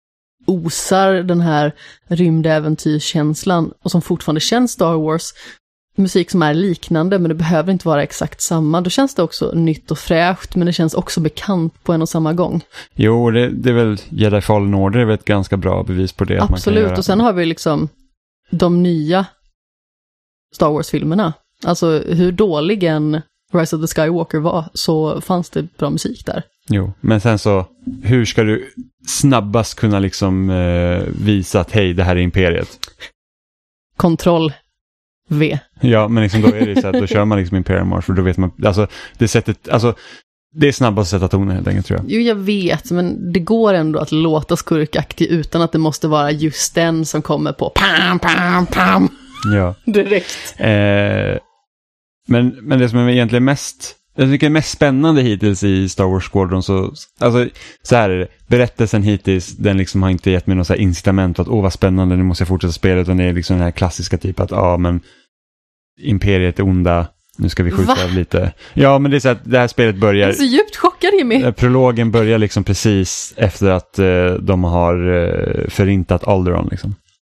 osar den här rymdäventyrskänslan och som fortfarande känns Star Wars. Musik som är liknande, men det behöver inte vara exakt samma. Då känns det också nytt och fräscht, men det känns också bekant på en och samma gång. Jo, det, det är väl Jedi Fallen Order är väl ett ganska bra bevis på det. Absolut, att man kan göra. Och sen har vi liksom de nya Star Wars-filmerna. Alltså hur dålig en Rise of the Skywalker var, så fanns det bra musik där. Jo, men sen så, hur ska du snabbast kunna liksom eh, visa att hej, det här är Imperiet? Kontroll V. Ja, men liksom då är det så att då kör man liksom Imperial March, för då vet man, alltså det sättet, alltså det är snabbast att sätta tonen helt enkelt, tror jag. Jo, jag vet, men det går ändå att låta skurkaktig utan att det måste vara just den som kommer på pam, pam, pam. Ja. Direkt. Eh, men, men det som är egentligen mest, jag tycker är mest spännande hittills i Star Wars Squadron, så, alltså, så här är det. Berättelsen hittills, den liksom har inte gett mig något så här incitament att åh vad spännande, nu måste jag fortsätta spela, utan det är liksom den här klassiska typ att ja men Imperiet är onda, nu ska vi skjuta Va? av lite. Ja, men det är så att det här spelet börjar, Jag är så djupt chockad, Jimmy. prologen börjar liksom precis efter att eh, de har eh, förintat Alderaan liksom.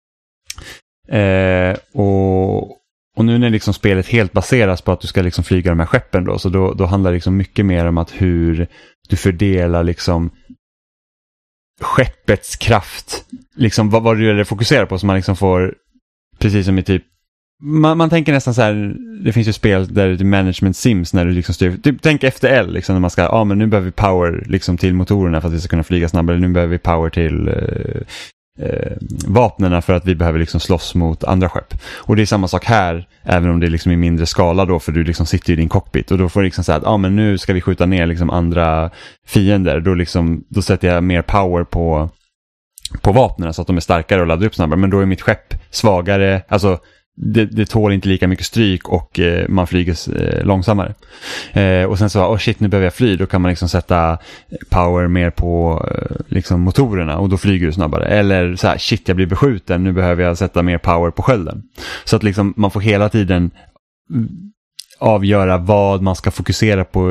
Eh, och Och nu när liksom spelet helt baseras på att du ska liksom flyga de här skeppen då, så då, då handlar det liksom mycket mer om att hur du fördelar liksom skeppets kraft, liksom vad, vad du gäller fokuserar på, så man liksom får, precis som i typ, man, man tänker nästan så här, det finns ju spel där det är management sims när du liksom styr, typ, tänk efter L liksom, när man ska, ja ah, men nu behöver vi power liksom till motorerna för att vi ska kunna flyga snabbare, nu behöver vi power till eh, Eh, vapnena för att vi behöver liksom slåss mot andra skepp. Och det är samma sak här, även om det är liksom i mindre skala då, för du liksom sitter i din cockpit och då får du liksom säga att ah, men nu ska vi skjuta ner liksom andra fiender, då, liksom, då sätter jag mer power på på vapnena så att de är starkare och laddar upp snabbare, men då är mitt skepp svagare, alltså det, det tål inte lika mycket stryk och eh, man flyger eh, långsammare. Eh, och sen så, åh oh shit, nu behöver jag fly. Då kan man liksom sätta power mer på eh, liksom motorerna och då flyger du snabbare. Eller så här, shit, jag blir beskjuten, nu behöver jag sätta mer power på skölden. Så att liksom man får hela tiden avgöra vad man ska fokusera på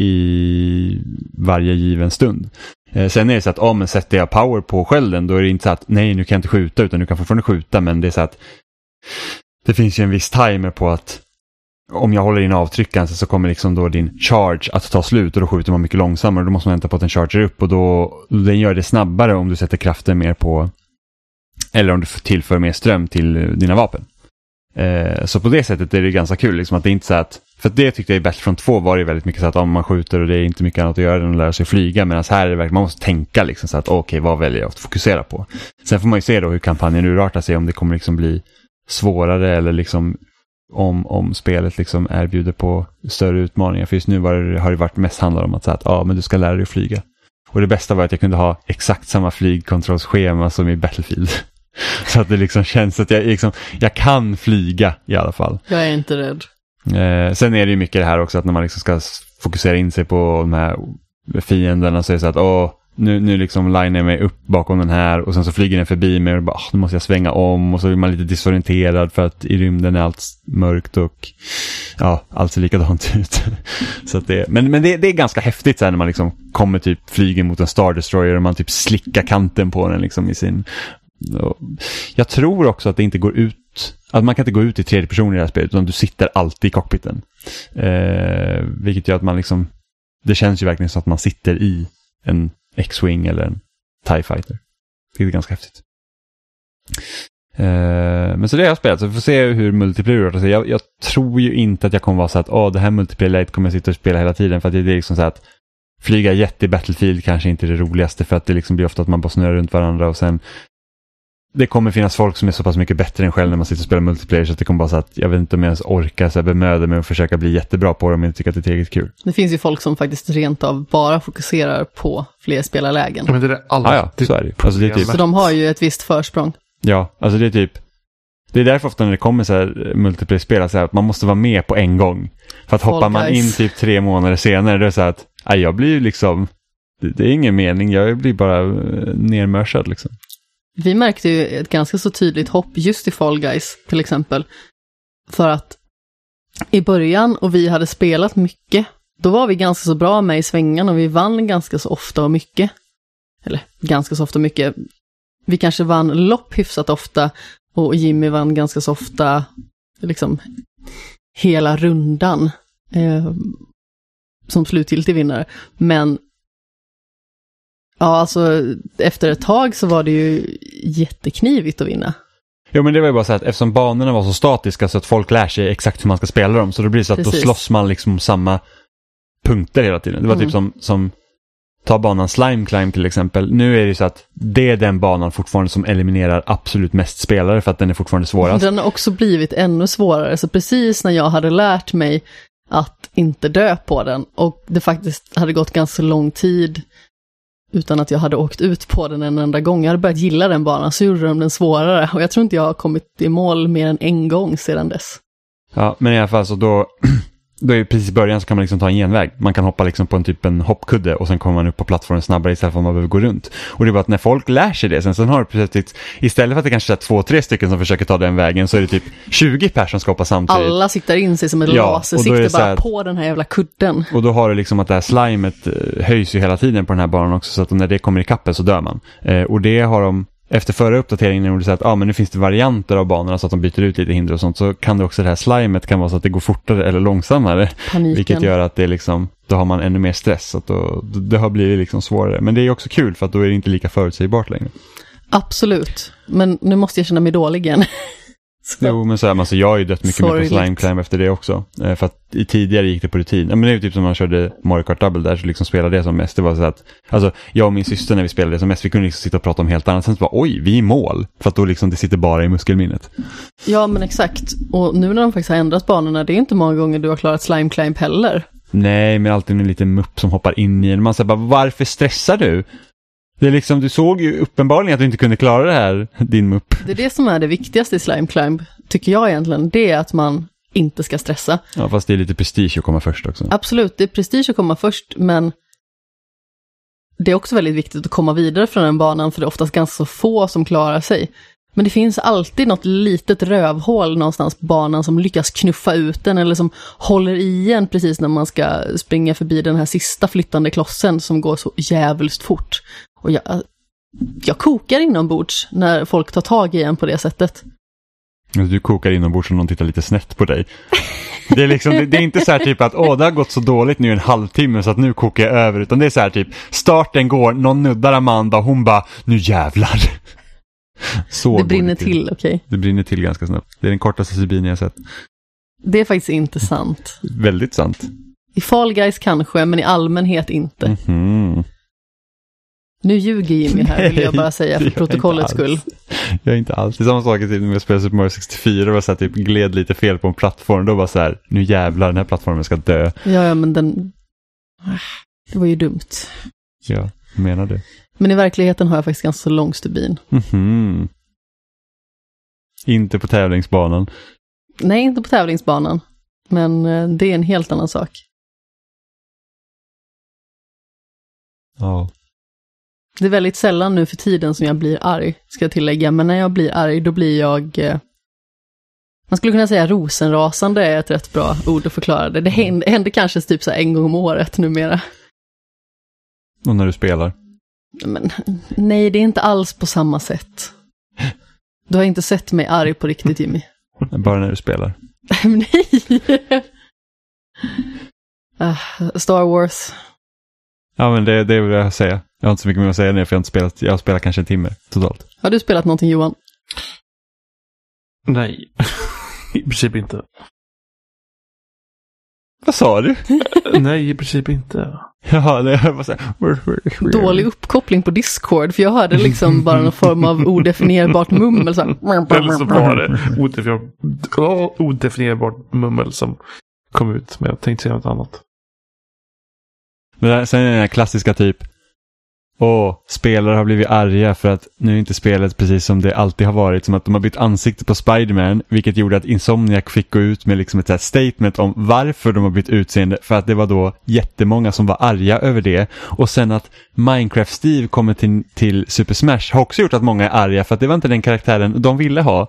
i varje given stund. Eh, sen är det så att, ja oh, men sätter jag power på skölden, då är det inte så att, nej nu kan jag inte skjuta, utan du kan fortfarande skjuta, men det är så att det finns ju en viss timer på att om jag håller in avtryckaren så kommer liksom då din charge att ta slut och då skjuter man mycket långsammare. Då måste man vänta på att den charger upp och då den gör det snabbare om du sätter kraften mer på, eller om du tillför mer ström till dina vapen. Eh, så på det sättet är det ganska kul liksom, att det är inte så att, för att det tyckte jag i Battlefront två var det väldigt mycket så att om man skjuter och det är inte mycket annat att göra än att lära sig flyga, medan här är det verkligen, man måste tänka liksom så att okej, okay, vad väljer jag att fokusera på? Sen får man ju se då hur kampanjen urartar sig, om det kommer liksom bli svårare eller liksom om, om spelet liksom erbjuder på större utmaningar. För just nu var det, har det varit mest handlar om att säga att ja, men du ska lära dig att flyga. Och det bästa var att jag kunde ha exakt samma flygkontrollschema som i Battlefield. Så att det liksom känns att jag, liksom, jag kan flyga i alla fall. Jag är inte rädd. Eh, sen är det ju mycket det här också att när man liksom ska fokusera in sig på de här fienderna så är det så att åh, Nu, nu liksom linear jag mig upp bakom den här och sen så flyger den förbi mig och bara, nu måste jag svänga om, och så är man lite disorienterad för att i rymden är allt mörkt och ja, allt ser likadant ut. Så att det, men men det, det är ganska häftigt så här, när man liksom kommer typ flyger mot en Star Destroyer och man typ slickar kanten på den liksom i sin. Jag tror också att det inte går ut, att man kan inte gå ut i tredje person i det här spelet, utan du sitter alltid i cockpiten. Eh, vilket gör att man liksom, det känns ju verkligen så att man sitter i en X-Wing eller en TIE Fighter. Det är ganska häftigt. Uh, men så det har jag spelat, så vi får se hur multiplayer rör sig. Jag, jag tror ju inte att jag kommer vara så att åh, det här multiplayer kommer jag sitta och spela hela tiden, för att det är liksom så att flyga jet i Battlefield kanske inte är det roligaste, för att det liksom blir ofta att man bara snurrar runt varandra, och sen det kommer finnas folk som är så pass mycket bättre än själv när man sitter och spelar multiplayer, så att det kommer bara så att jag vet inte om jag ens orkar så här bemöda mig och försöka bli jättebra på det om jag inte tycker att det är tillräckligt kul. Det finns ju folk som faktiskt rent av bara fokuserar på fler spelarlägen. Ja, men det är alla. Ah, ja, så är det. Alltså, det är typ, så de har ju ett visst försprång. Ja, alltså det är typ, det är därför ofta när det kommer så här multiplayer-spel så här, att man måste vara med på en gång. För att Fall hoppar man guys. in typ tre månader senare, då är det så här att aj, jag blir ju liksom, det, det är ingen mening, jag blir bara nermörsad liksom. Vi märkte ju ett ganska så tydligt hopp just i Fall Guys till exempel. För att i början, och vi hade spelat mycket, då var vi ganska så bra med i svängen och vi vann ganska så ofta och mycket. Eller ganska så ofta och mycket. vi kanske vann lopp hyfsat ofta och Jimmy vann ganska så ofta liksom hela rundan eh, som slutgiltig vinnare. Men ja, alltså efter ett tag så var det ju jätteknivigt att vinna. Jo, men det var ju bara så att eftersom banorna var så statiska så att folk lär sig exakt hur man ska spela dem, så då blir det så att Precis. Då slåss man liksom om samma punkter hela tiden. Det var mm. typ som, som ta banan Slime Climb till exempel. Nu är det ju så att det är den banan fortfarande som eliminerar absolut mest spelare för att den är fortfarande svårast. Den har också blivit ännu svårare, så precis när jag hade lärt mig att inte dö på den och det faktiskt hade gått ganska lång tid utan att jag hade åkt ut på den en enda gång. Jag hade börjat gilla den banan, så gjorde de den svårare. Och jag tror inte jag har kommit i mål mer än en gång sedan dess. Ja, men i alla fall så då, då är det precis i början så kan man liksom ta en genväg. Man kan hoppa liksom på en typ en hoppkudde och sen kommer man upp på plattformen snabbare istället för att man behöver gå runt. Och det är bara att när folk lär sig det, sen, sen har det precis, istället för att det kanske är två, tre stycken som försöker ta den vägen, så är det typ tjugo personer som ska hoppa samtidigt. Alla siktar in sig som en ja, laser, siktar bara här, på den här jävla kudden. Och då har du liksom att det här slimet höjs ju hela tiden på den här banan också, så att när det kommer i kappen så dör man. Eh, och det har de efter förra uppdateringen när de säger att ah, men nu finns det varianter av banorna så att de byter ut lite hinder och sånt, så kan det också det här slimet kan vara så att det går fortare eller långsammare. Paniken. Vilket gör att det liksom, då har man ännu mer stress, så att då, det har blivit liksom svårare. Men det är också kul för att då är det inte lika förutsägbart längre. Absolut, men nu måste jag känna mig dålig igen. Jo, men så här, alltså, jag har ju dött mycket mer på Slime Climb efter det också. Eh, för att i tidigare gick det på rutin. Ja, men det är ju typ som man körde Mario Kart Double där, så liksom spelade det som mest. Det var så att, alltså, jag och min syster när vi spelade det som mest, vi kunde liksom sitta och prata om helt annat. Sen så bara, oj, vi är i mål. För att då liksom det sitter bara i muskelminnet. Ja, men exakt. Och nu när de faktiskt har ändrat banorna, det är inte många gånger du har klarat Slime Climb heller. Nej, men alltid en liten mupp som hoppar in i en. Man säger bara, varför stressar du? Det är liksom, du såg ju uppenbarligen att du inte kunde klara det här, din mupp. Det är det som är det viktigaste i Slime Climb, tycker jag egentligen. Det är att man inte ska stressa. Ja, fast det är lite prestige att komma först också. Absolut, det är prestige att komma först, men det är också väldigt viktigt att komma vidare från den banan, för det är oftast ganska få som klarar sig. Men det finns alltid något litet rövhål någonstans på banan som lyckas knuffa ut den, eller som håller igen precis när man ska springa förbi den här sista flyttande klossen som går så jävligt fort. Och jag, jag kokar inombords när folk tar tag i en på det sättet. Du kokar inombords och någon tittar lite snett på dig. Det är, liksom, det, det är inte så här typ att åh, det har gått så dåligt nu en halvtimme så att nu kokar jag över. Utan det är så här typ, starten går, någon nuddar Amanda och hon bara, nu jävlar. Så det brinner det till, till okej. Okay. Det brinner till ganska snabbt. Det är den kortaste subin jag har sett. Det är faktiskt inte sant. Väldigt sant. I Fall Guys kanske, men i allmänhet inte. Mm-hmm. Nu ljuger Jimmy här, vill jag bara säga, för protokollets skull. Jag är inte alls. Det är samma sak när jag spelade Super Mario sextiofyra och var så här, typ gled lite fel på en plattform. Då var så här, nu jävlar, den här plattformen ska dö. Ja, ja, men den... Det var ju dumt. Ja, menar det. Men i verkligheten har jag faktiskt ganska lång stubin. Mm-hmm. Inte på tävlingsbanan. Nej, inte på tävlingsbanan. Men det är en helt annan sak. Ja. Det är väldigt sällan nu för tiden som jag blir arg, ska jag tillägga. Men när jag blir arg, då blir jag... Eh, man skulle kunna säga rosenrasande är ett rätt bra ord att förklara det. Det händer, händer kanske typ så här en gång om året numera. Och när du spelar? Men, nej, det är inte alls på samma sätt. Du har inte sett mig arg på riktigt, Jimmy. Bara när du spelar? Nej! uh, Star Wars. Ja, men det, det vill jag säga. Jag har inte så mycket mer att säga nu, för jag har inte spelat, jag har spelat kanske en timme totalt. Har du spelat någonting, Johan? Nej, i princip inte. Vad sa du? Nej, i princip inte. Ja, det var så här. Dålig uppkoppling på Discord, för jag hörde liksom bara någon form av odefinierbart mummel. Så Eller så var det odefinierbart, odefinierbart mummel som kom ut, men jag tänkte säga något annat. Men där, sen är den här klassiska typ, åh, spelare har blivit arga för att nu är inte spelet precis som det alltid har varit, som att de har bytt ansikte på Spider-Man, vilket gjorde att Insomniac fick gå ut med liksom ett så här statement om varför de har bytt utseende, för att det var då jättemånga som var arga över det, och sen att Minecraft Steve kommer till, till Super Smash har också gjort att många är arga, för att det var inte den karaktären de ville ha.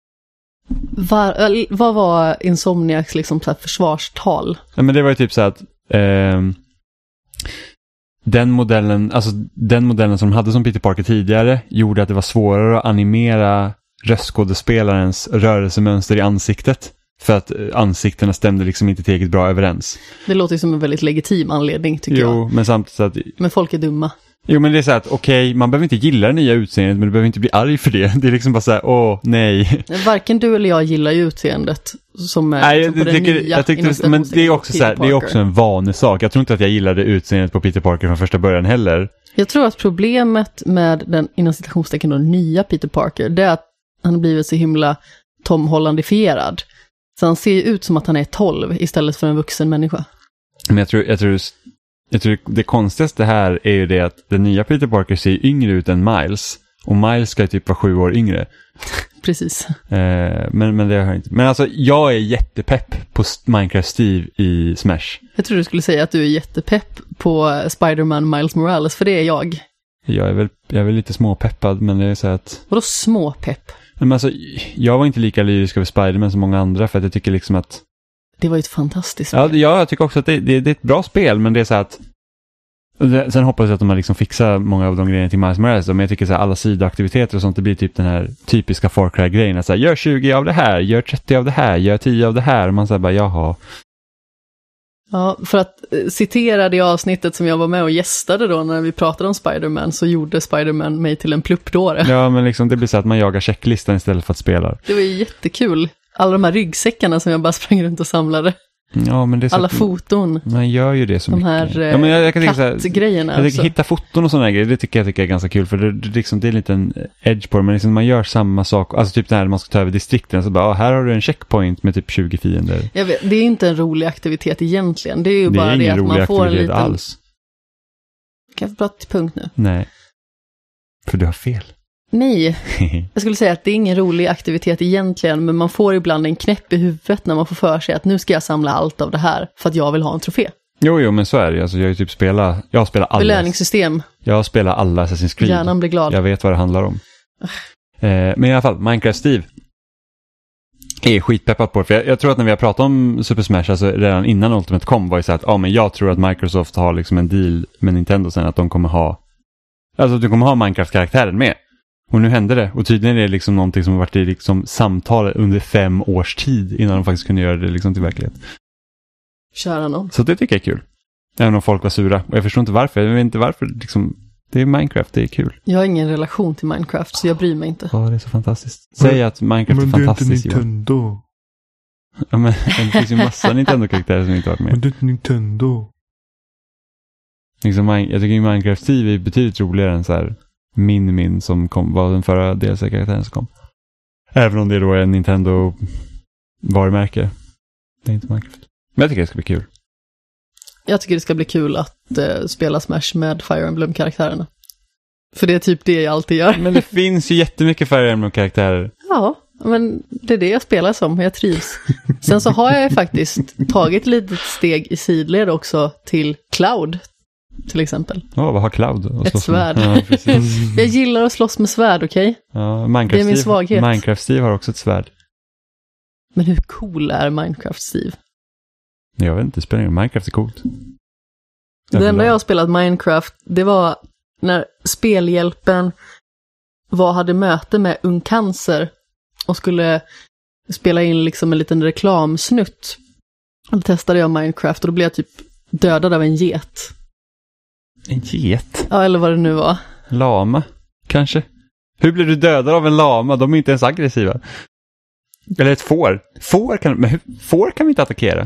Var, vad var Insomniacs liksom så här försvarstal? Ja, men det var ju typ så att ehm, den modellen, alltså den modellen som de hade som Peter Parker tidigare gjorde att det var svårare att animera röstskådespelarens rörelsemönster i ansiktet. För att ansiktena stämde liksom inte tillräckligt bra överens. Det låter som en väldigt legitim anledning tycker jo, jag. Jo, men samtidigt så att... Men folk är dumma. Jo, men det är så att okej, okay, man behöver inte gilla det nya utseendet, men du behöver inte bli arg för det. Det är liksom bara så här, åh, nej. Varken du eller jag gillar ju utseendet som är nej, liksom på det, den tycker, nya. Jag tyckte, men det är också så här, det är också en vanesak. Jag tror inte att jag gillade utseendet på Peter Parker från första början heller. Jag tror att problemet med den inom citationstecken då nya Peter Parker, det är att han har blivit så himla Tom Hollandifierad. Så han ser ju ut som att han är tolv istället för en vuxen människa. Men jag tror, jag tror, jag tror det konstigaste här är ju det att den nya Peter Parker ser yngre ut än Miles. Och Miles ska ju typ vara sju år yngre. Precis. Eh, men, men det har jag inte. Men alltså, jag är jättepepp på Minecraft Steve i Smash. Jag tror du skulle säga att du är jättepepp på Spider-Man Miles Morales, för det är jag. Jag är väl, jag är väl lite småpeppad, men det är så att... Vadå småpepp? Men alltså, jag var inte lika lyrisk över Spider-Man som många andra, för att jag tycker liksom att... Det var ju ett fantastiskt spel. Ja, ja jag tycker också att det, det, det är ett bra spel, men det är så att... Sen hoppas jag att de har liksom fixat många av de grejerna till Miles Morales, men jag tycker så här, alla sidoaktiviteter och sånt, det blir typ den här typiska Far Cry-grejen. Att så här, gör tjugo av det här, gör trettio av det här, gör tio av det här. Och man säger bara, jaha. Ja, för att citera det avsnittet som jag var med och gästade då när vi pratade om Spider-Man, så gjorde Spider-Man mig till en pluppdåre. Ja, men liksom det blir så att man jagar checklistan istället för att spela. Det var ju jättekul. Alla de här ryggsäckarna som jag bara sprang runt och samlade. Ja, men det är så alla att, foton. Man gör ju det så de mycket. här ja, men jag, jag kan kattgrejerna. Jag tycker hitta foton och sådana grejer, det tycker jag, tycker jag är ganska kul. För det, det, liksom, det är en liten edge på det. Men liksom, man gör samma sak. Alltså typ när man ska ta över distrikten. Så bara, ah, här har du en checkpoint med typ tjugo fiender. Jag vet, det är inte en rolig aktivitet egentligen. Det är ju det bara är det att man får en liten... alls. Kan jag få prata till punkt nu? Nej. För du har fel. Nej, jag skulle säga att det är ingen rolig aktivitet egentligen, men man får ibland en knäpp i huvudet när man får för sig att nu ska jag samla allt av det här för att jag vill ha en trofé. Jo, jo, men så är det. Alltså, jag har ju typ spelat, jag har spelat alla. Belöningssystem. Jag har spelat alla Assassin's Creed. Hjärnan blir glad. Jag vet vad det handlar om. Uh. Eh, men i alla fall, Minecraft Steve är skitpeppad på det. För jag, jag tror att när vi har pratat om Super Smash, alltså redan innan Ultimate kom, var ju så att ah, men jag tror att Microsoft har liksom en deal med Nintendo sen att de kommer ha, alltså du kommer ha Minecraft-karaktären med. Och nu händer det. Och tydligen är det liksom någonting som har varit i liksom samtal under fem års tid innan de faktiskt kunde göra det liksom till verklighet. Kära någon. Så det tycker jag är kul. Även om folk var sura. Och jag förstår inte varför. Jag vet inte varför. Liksom, det är Minecraft, det är kul. Jag har ingen relation till Minecraft, så jag bryr mig inte. Ja, det är så fantastiskt. Säg att Minecraft men är fantastiskt. Men det är inte Nintendo. Ja, men det finns ju massa Nintendo-karaktärer som inte varit med. Men det är inte Nintendo. Liksom, jag tycker ju Minecraft T V är betydligt roligare än så här Min Min som kom, var den förra D L C-karaktären som kom. Även om det då är en Nintendo-varumärke. Det är inte Minecraft. Men jag tycker det ska bli kul. Jag tycker det ska bli kul att uh, spela Smash med Fire Emblem-karaktärerna. För det är typ det jag alltid gör. Men det finns ju jättemycket Fire Emblem-karaktärer. Ja, men det är det jag spelar som. Jag trivs. Sen så har jag ju faktiskt tagit ett litet steg i sidled också till Cloud. Till exempel. Ja, oh, vad har Cloud? Ett svärd. Ja, jag gillar att slåss med svärd, okej? Okay? Ja, Minecraft det är min Steve, svaghet. Minecraft Steve har också ett svärd. Men hur cool är Minecraft Steve? Jag vet inte, det spelar ingen. Minecraft är coolt. Det enda jag har spelat Minecraft, det var när Spelhjälpen var, hade möte med Ung Cancer och skulle spela in liksom en liten reklamsnutt. Och då testade jag Minecraft och då blev jag typ dödad av en get. En get? Ja, eller vad det nu var. Lama, kanske. Hur blir du dödad av en lama? De är inte ens aggressiva. Eller ett får. Får kan, men hur, får kan vi inte attackera.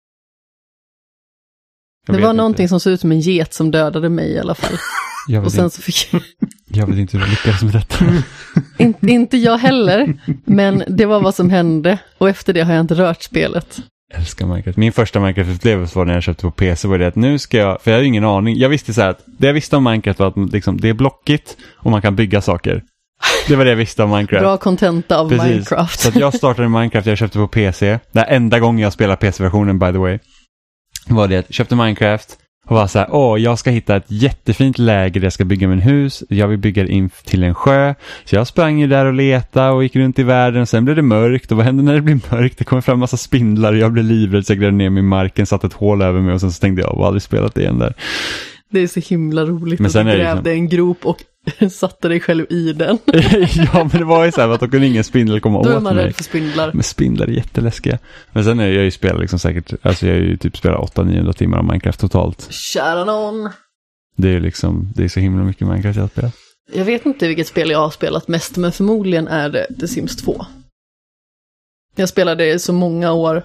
Jag det var någonting inte. som såg ut som en get som dödade mig i alla fall. Och sen inte. så fick jag... jag vet inte hur du lyckades med detta. In, inte jag heller, men det var vad som hände. Och efter det har jag inte rört spelet. Jag älskar Minecraft. Min första Minecraft-upplevelse var när jag köpte på P C var det att nu ska jag, för jag har ingen aning. Jag visste så här att det jag visste om Minecraft var att liksom, det är blockigt och man kan bygga saker. Det var det jag visste om Minecraft. Bra kontenta av Precis. Minecraft. Så att jag startade Minecraft, jag köpte på P C. Det enda gången jag spelade P C-versionen, by the way, var det att jag köpte Minecraft och var så här, åh, jag ska hitta ett jättefint läge där jag ska bygga min hus. Jag vill bygga det in till en sjö. Så jag sprang ju där och letade och gick runt i världen. Sen blev det mörkt. Och vad händer när det blir mörkt? Det kommer fram massa spindlar och jag blev livrädd så jag grävde ner mig i marken, satt ett hål över mig och sen så stängde jag av och aldrig spelat det igen där. Det är så himla roligt Men att sen du är det grävde liksom- en grop och satte dig själv i den. Ja, men det var ju så här att då kunde ingen spindel komma Då är åt man mig. rädd för spindlar. Men spindlar är jätteläskiga. Men sen är jag ju spelat liksom säkert, alltså jag har ju typ spelat åtta till niohundra timmar av Minecraft totalt. Kära någon. Det är liksom, det är så himla mycket Minecraft jag har spelat. Jag vet inte vilket spel jag har spelat mest, men förmodligen är det The Sims två. Jag spelade i så många år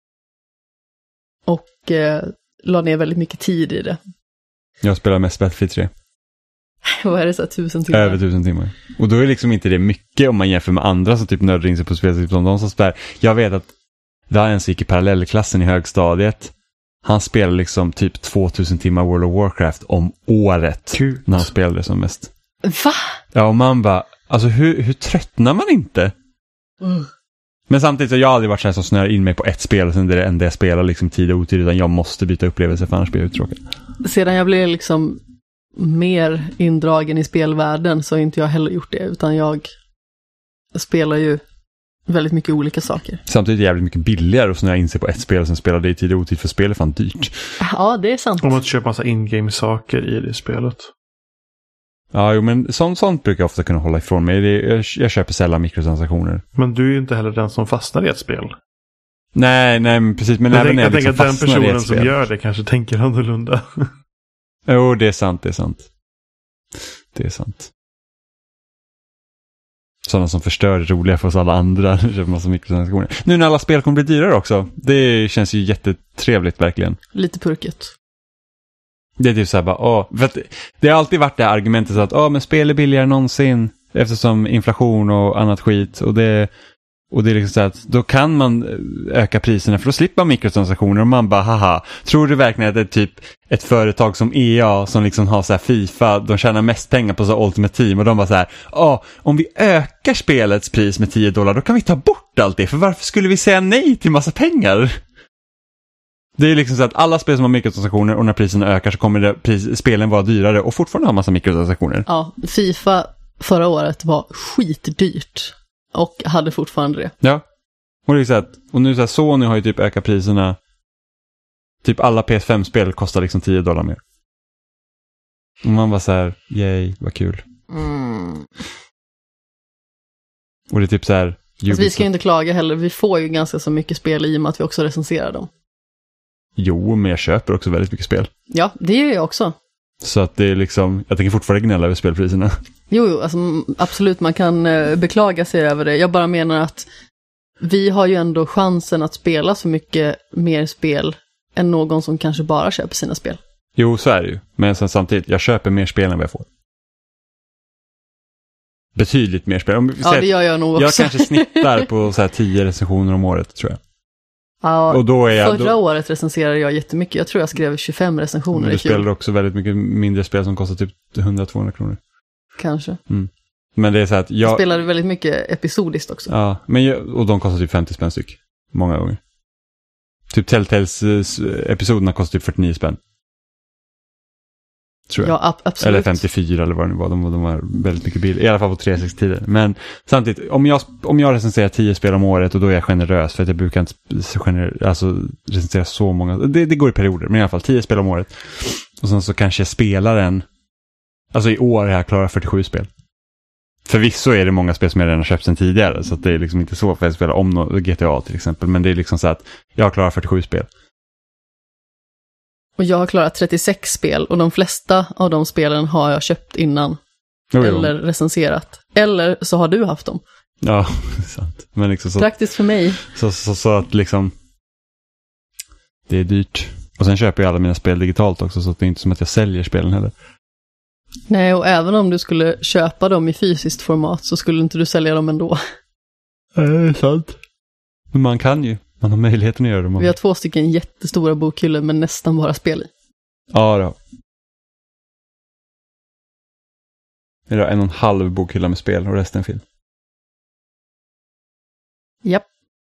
och eh, la ner väldigt mycket tid i det. Jag spelar mest Battlefield tre. Vad är det så här, tusen timmar? Över tusen timmar. Och då är liksom inte det mycket om man jämför med andra som typ nördar in sig på spel, typ som de som spelar. Jag vet att det var en som gick i parallellklassen i högstadiet. Han spelade liksom typ tvåtusen timmar World of Warcraft om året. Kul. När han spelade som mest. Va? Ja, och man bara, alltså hur, hur tröttnar man inte? Mm. Men samtidigt så har jag aldrig varit så här som snör in mig på ett spel och sen det är det enda jag spelar liksom tid och otid, utan jag måste byta upplevelse för annars blir jag uttråkad. Sedan jag blev liksom mer indragen i spelvärlden så har inte jag heller gjort det, utan jag spelar ju väldigt mycket olika saker. Samtidigt är det jävligt mycket billigare och snöa in sig på ett spel och sen spela det i tid och otid, för spel är fan dyrt. Ja, det är sant. Om man köper massa in-game-saker i det spelet. Ja, jo, men sånt, sånt brukar jag ofta kunna hålla ifrån mig. Det är, jag, jag köper sällan mikrotransaktioner. Men du är ju inte heller den som fastnar i ett spel. Nej, nej, men precis. Men jag även tänk, när jag jag liksom tänker att den fastnar i personen ett som spel. gör det kanske tänker annorlunda. Jo, det är sant, det är sant. Det är sant. Sådana som förstör det roliga för oss alla andra. Köper massa mikrotransaktioner. Nu när alla spel kommer bli dyrare också. Det känns ju jättetrevligt verkligen. Lite purket. Det är typ så här bara, åh, för att det har alltid varit det argumentet så att, åh, men spel är billigare än någonsin eftersom inflation och annat skit, och det, och det är liksom så att då kan man öka priserna för då slipper man mikrotransaktioner, och man bara, haha, tror du verkligen att det är typ ett företag som E A som liksom har så här FIFA, de tjänar mest pengar på så Ultimate Team, och de bara så här, åh, om vi ökar spelets pris med tio dollar då kan vi ta bort allt det, för varför skulle vi säga nej till massa pengar? Det är liksom så att alla spel som har mikrotransaktioner, och när priserna ökar så kommer det, pris, spelen vara dyrare och fortfarande ha massa mikrotransaktioner. Ja, FIFA förra året var skitdyrt och hade fortfarande det. Ja. Och det är så att, och nu så här, Sony har ju typ ökat priserna. Typ alla P S fem-spel kostar liksom tio dollar mer. Och man var så här, yay, vad kul. Mm. Och det är typ så här, Alltså, vi ska ju inte klaga heller, vi får ju ganska så mycket spel i och med att vi också recenserar dem. Jo, men jag köper också väldigt mycket spel. Ja, det gör jag också. Så att det är liksom, jag tänker fortfarande gnälla över spelpriserna. Jo, jo, alltså absolut, man kan eh, beklaga sig över det. Jag bara menar att vi har ju ändå chansen att spela så mycket mer spel än någon som kanske bara köper sina spel. Jo, så är det ju. Men sen samtidigt, jag köper mer spel än vad jag får. Betydligt mer spel. Om vi Ja, säger det gör jag nog också. jag kanske snittar på så här tio recensioner om året, tror jag. Ja, Och då är jag, förra då, året recenserade jag jättemycket. Jag tror jag skrev tjugofem recensioner men i du fjol. spelar också väldigt mycket mindre spel som kostar typ hundra till tvåhundra kronor. Kanske. Mm. Men det är så att jag... Jag spelade väldigt mycket episodiskt också. Ja, men jag, och de kostar typ femtio spänn styck. Många gånger. Typ Telltales-episoderna kostar typ fyrtionio spänn. Tror jag. Ja, ab- absolut. Eller femtiofyra eller vad det nu var. De, de var väldigt mycket billigare. I alla fall på trehundrasextio-tider. Men samtidigt, om jag, om jag recenserar tio spel om året, och då är jag generös, för att jag brukar inte så gener, alltså, recensera så många. Det, det går i perioder, men i alla fall tio spel om året. Och sen så kanske jag spelar en... Alltså i år har jag klarat fyrtiosju spel. Förvisso är det många spel som jag redan har köpt sedan tidigare, så att det är liksom inte så för att spela om no- G T A till exempel. Men det är liksom så att jag har klarat fyrtiosju spel. Och jag har klarat trettiosex spel, och de flesta av de spelen har jag köpt innan. Jo, jo. Eller recenserat. Eller så har du haft dem. Ja, sant. Men liksom så, Praktiskt för mig. så, så, så att liksom det är dyrt. Och sen köper jag alla mina spel digitalt också, så att det är inte som att jag säljer spelen heller. Nej, och även om du skulle köpa dem i fysiskt format så skulle inte du sälja dem ändå. Nej, det är sant. Men man kan ju. Man har möjligheten att göra det. Vi har två stycken jättestora bokhyllor med nästan bara spel i. Ja då. Det är en och en halv bokhylla med spel och resten film. Japp.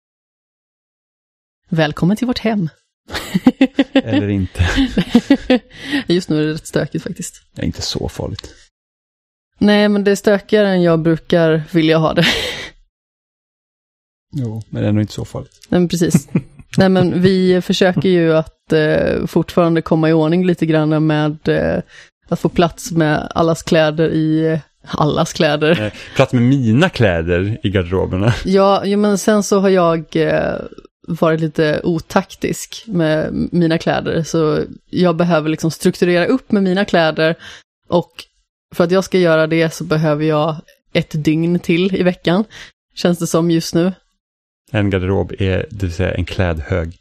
Välkommen till vårt hem. Eller inte. Just nu är det rätt stökigt faktiskt. Det är inte så farligt. Nej, men det är stökigare än jag brukar vilja ha det. Jo, men det är nog inte så farligt. Nej, men precis. Nej, men vi försöker ju att eh, fortfarande komma i ordning lite grann med eh, att få plats med allas kläder i allas kläder. Nej, plats med mina kläder i garderoberna. Ja, jo, men sen så har jag eh, varit lite otaktisk med mina kläder, så jag behöver liksom strukturera upp med mina kläder, och för att jag ska göra det så behöver jag ett dygn till i veckan, känns det som just nu. En garderob är, det vill säga en klädhög.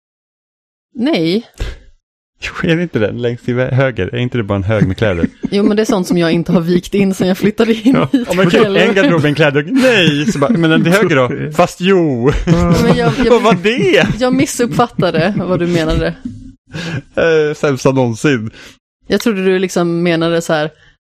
Nej. Jo, är det inte den längst till höger? Är inte det bara en hög med kläder? Jo, men det är sånt som jag inte har vikt in sen jag flyttade in ja. hit. Ja, men okay, en garderob, en klädhög. Nej! Så bara, men den till höger då? Fast jo! Men jag, jag, vad var det? Jag missuppfattade vad du menade. Eh, sämsta någonsin. Jag trodde du liksom menade så här: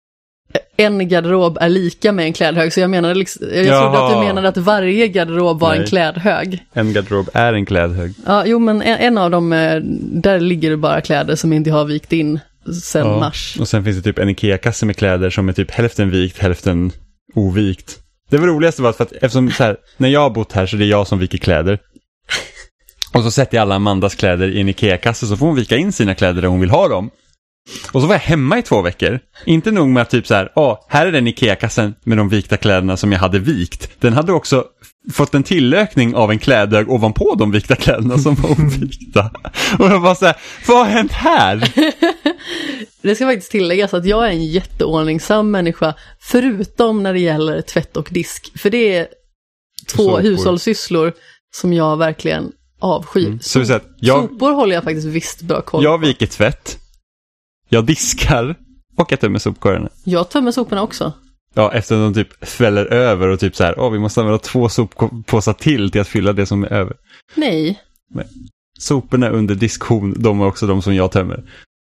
en garderob är lika med en klädhög, så jag menade liksom, jag Jaha. trodde att du menade att varje garderob var Nej. en klädhög. En garderob är en klädhög. Ja, jo, men en, en av dem, där ligger det bara kläder som inte har vikt in sen ja. mars. Och sen finns det typ en Ikea-kasse med kläder som är typ hälften vikt, hälften ovikt. Det var roligaste var för att eftersom så här, när jag har bott här så är det jag som viker kläder. Och så sätter jag alla Amandas kläder i en Ikea-kasse, så får hon vika in sina kläder där hon vill ha dem. Och så var jag hemma i två veckor. Inte nog med att typ så här, åh, här är den Ikea-kassen med de vikta kläderna som jag hade vikt. Den hade också fått en tillökning av en klädhög ovanpå de vikta kläderna som var ovikta. Och jag bara så här, vad har hänt här? Det ska faktiskt tilläggas att jag är en jätteordningsam människa, förutom när det gäller tvätt och disk. För det är två Sopor. hushållssysslor som jag verkligen avskyr. Mm. Så, så jag, Sopor håller jag faktiskt visst bra koll på. Jag viker tvätt. Jag diskar och jag tömmer sopkorgarna. Jag tömmer soporna också. Ja, efter att de typ fäller över och typ så här, åh, vi måste använda två soppåsar till till att fylla det som är över. Nej. Men soporna under diskhon, de är också de som jag tömmer.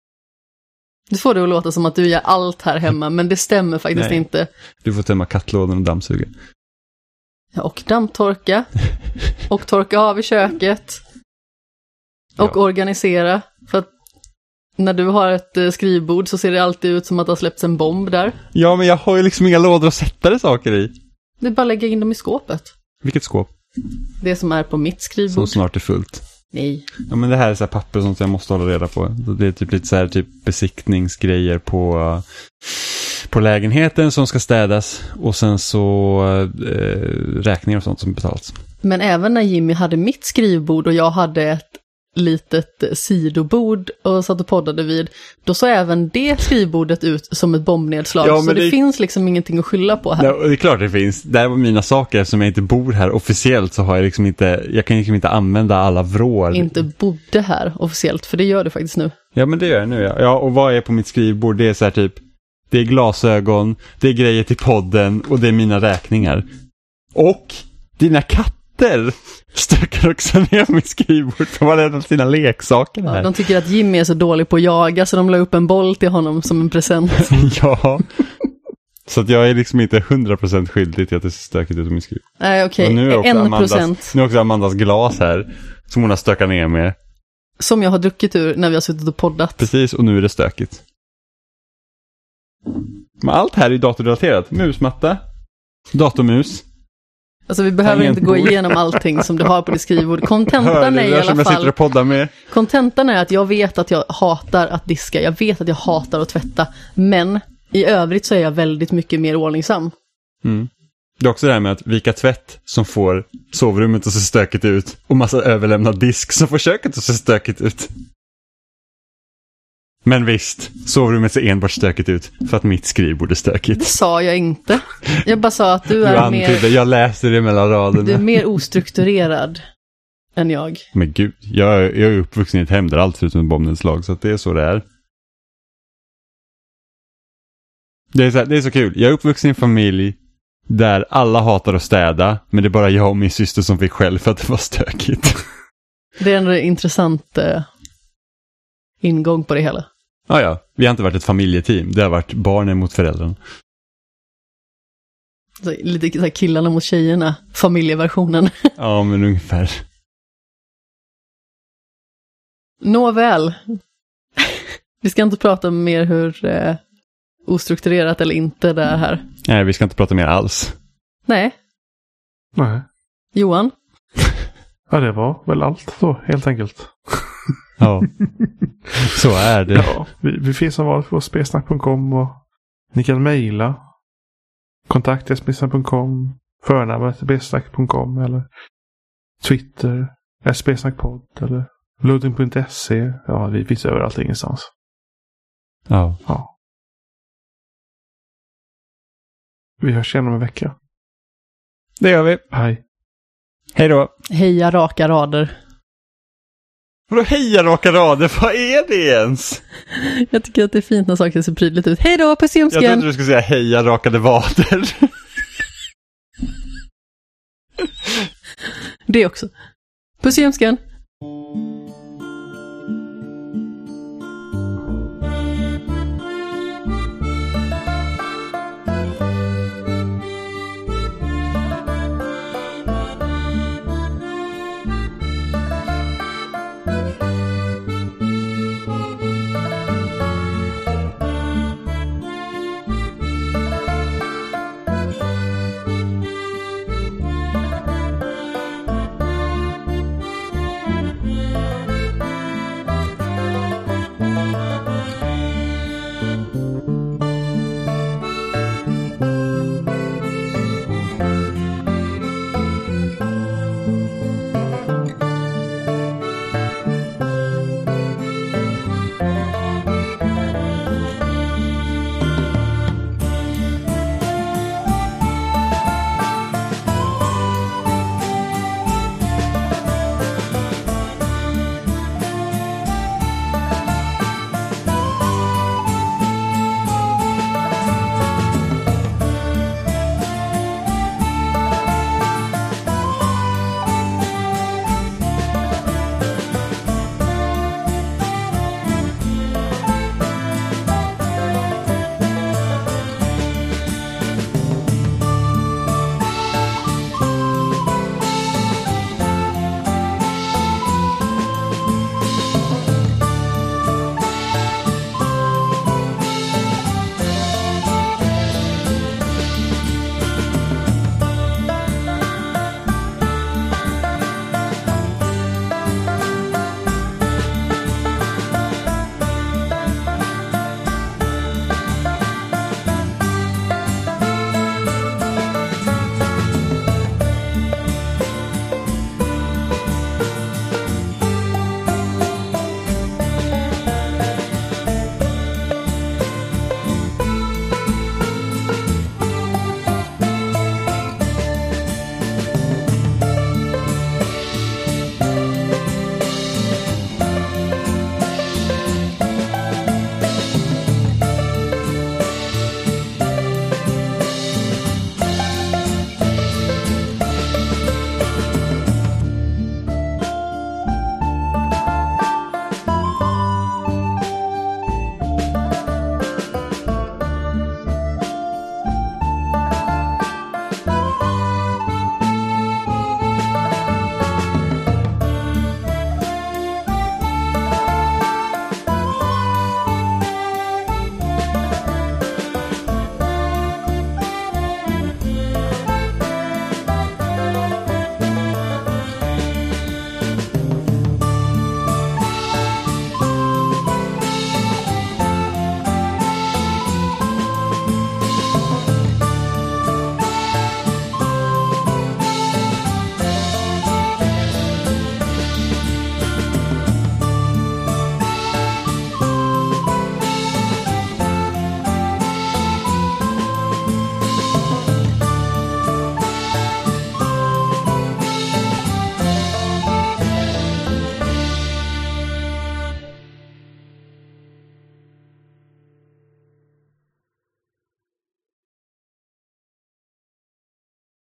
Du får det att låta som att du gör allt här hemma, men det stämmer faktiskt Nej. inte. Du får tömma kattlådan och dammsuga. Ja, och dammtorka. Och torka av i köket. Och ja. organisera. För att när du har ett skrivbord så ser det alltid ut som att det har släppts en bomb där. Ja, men jag har ju liksom inga lådor att sätta det saker i. Det är bara att lägga in dem i skåpet. Vilket skåp? Det som är på mitt skrivbord. Som snart är fullt. Nej. Ja, men det här är så här papper som jag måste hålla reda på. Det är typ lite så här typ besiktningsgrejer på, på lägenheten som ska städas. Och sen så eh, räkningar och sånt som betalas. Men även när Jimmy hade mitt skrivbord och jag hade ett litet sidobord och satt och poddade vid, då så även det skrivbordet ut som ett bombnedslag. Ja, så det, det finns liksom ingenting att skylla på här. Ja, det är klart det finns. Det här var mina saker, eftersom jag inte bor här officiellt så har jag liksom inte, jag kan liksom inte använda alla vrår. Inte bodde här officiellt, för det gör du faktiskt nu. Ja, men det gör jag nu, ja. Ja, och vad är på mitt skrivbord? Det är så här typ, det är glasögon, det är grejer till podden och det är mina räkningar. Och dina katter stökar också ner mitt skrivbord. De har redan sina leksaker här. Ja, de tycker att Jimmy är så dålig på att jaga så de la upp en boll till honom som en present. Ja. Så att jag är liksom inte hundra procent skyldig till att det ser stökigt ut på min skrivbord. Nej, okej. Okay. En procent. Nu är också Amandas glas här som hon har stökat ner med. Som jag har druckit ur när vi har suttit och poddat. Precis, och nu är det stökigt. Men allt här är datorrelaterat. Musmatta, datormus. Alltså vi behöver inte gå igenom allting som du har på ditt skrivbord. Kontentan är i alla jag fall... och poddar med. Kontentan är att jag vet att jag hatar att diska. Jag vet att jag hatar att tvätta. Men i övrigt så är jag väldigt mycket mer ordningsam. Mm. Det är också det här med att vika tvätt som får sovrummet att se stökigt ut. Och massa överlämnad disk som får köket att se stökigt ut. Men visst, sovrummet ser enbart stökigt ut för att mitt skrivbord är stökigt. Det sa jag inte. Jag bara sa att du, du är antydde, mer... Jag läste det mellan raderna. Du är mer ostrukturerad än jag. Men gud, jag, jag är uppvuxen i ett hem där allt ser ut som ett bombnedslag, så att det är så det är. Det är, så här, det är så kul. Jag är uppvuxen i en familj där alla hatar att städa, men det är bara jag och min syster som fick själv för att det var stökigt. Det är en intressant eh, ingång på det hela. Ja, ja. Vi har inte varit ett familjeteam. Det har varit barnen mot föräldrarna. Så, lite så här killarna mot tjejerna. Familjeversionen. Ja, men ungefär. Nåväl. Vi ska inte prata mer hur eh, ostrukturerat eller inte det är här. Nej, vi ska inte prata mer alls. Nej. Nej. Johan? Ja, det var väl allt då, helt enkelt. Ja, så är det. Ja, vi, vi finns som vanligt på spelsnack punkt com och ni kan mejla kontakt snabel-a spelsnack punkt com, förnamnet spelsnack punkt com eller Twitter spelsnackpodd eller loading punkt se. Ja, vi finns överallt ingenstans. Ja. Ja. Vi hörs igen om en vecka. Det gör vi. Hej. Hej då. Heja raka rader. Vadå heja raka rader? Vad är det ens? Jag tycker att det är fint när saker ser prydligt ut. Hej då, puss i ömskan. Jag trodde du skulle säga heja rakade vader. Det också. Puss i ömskan.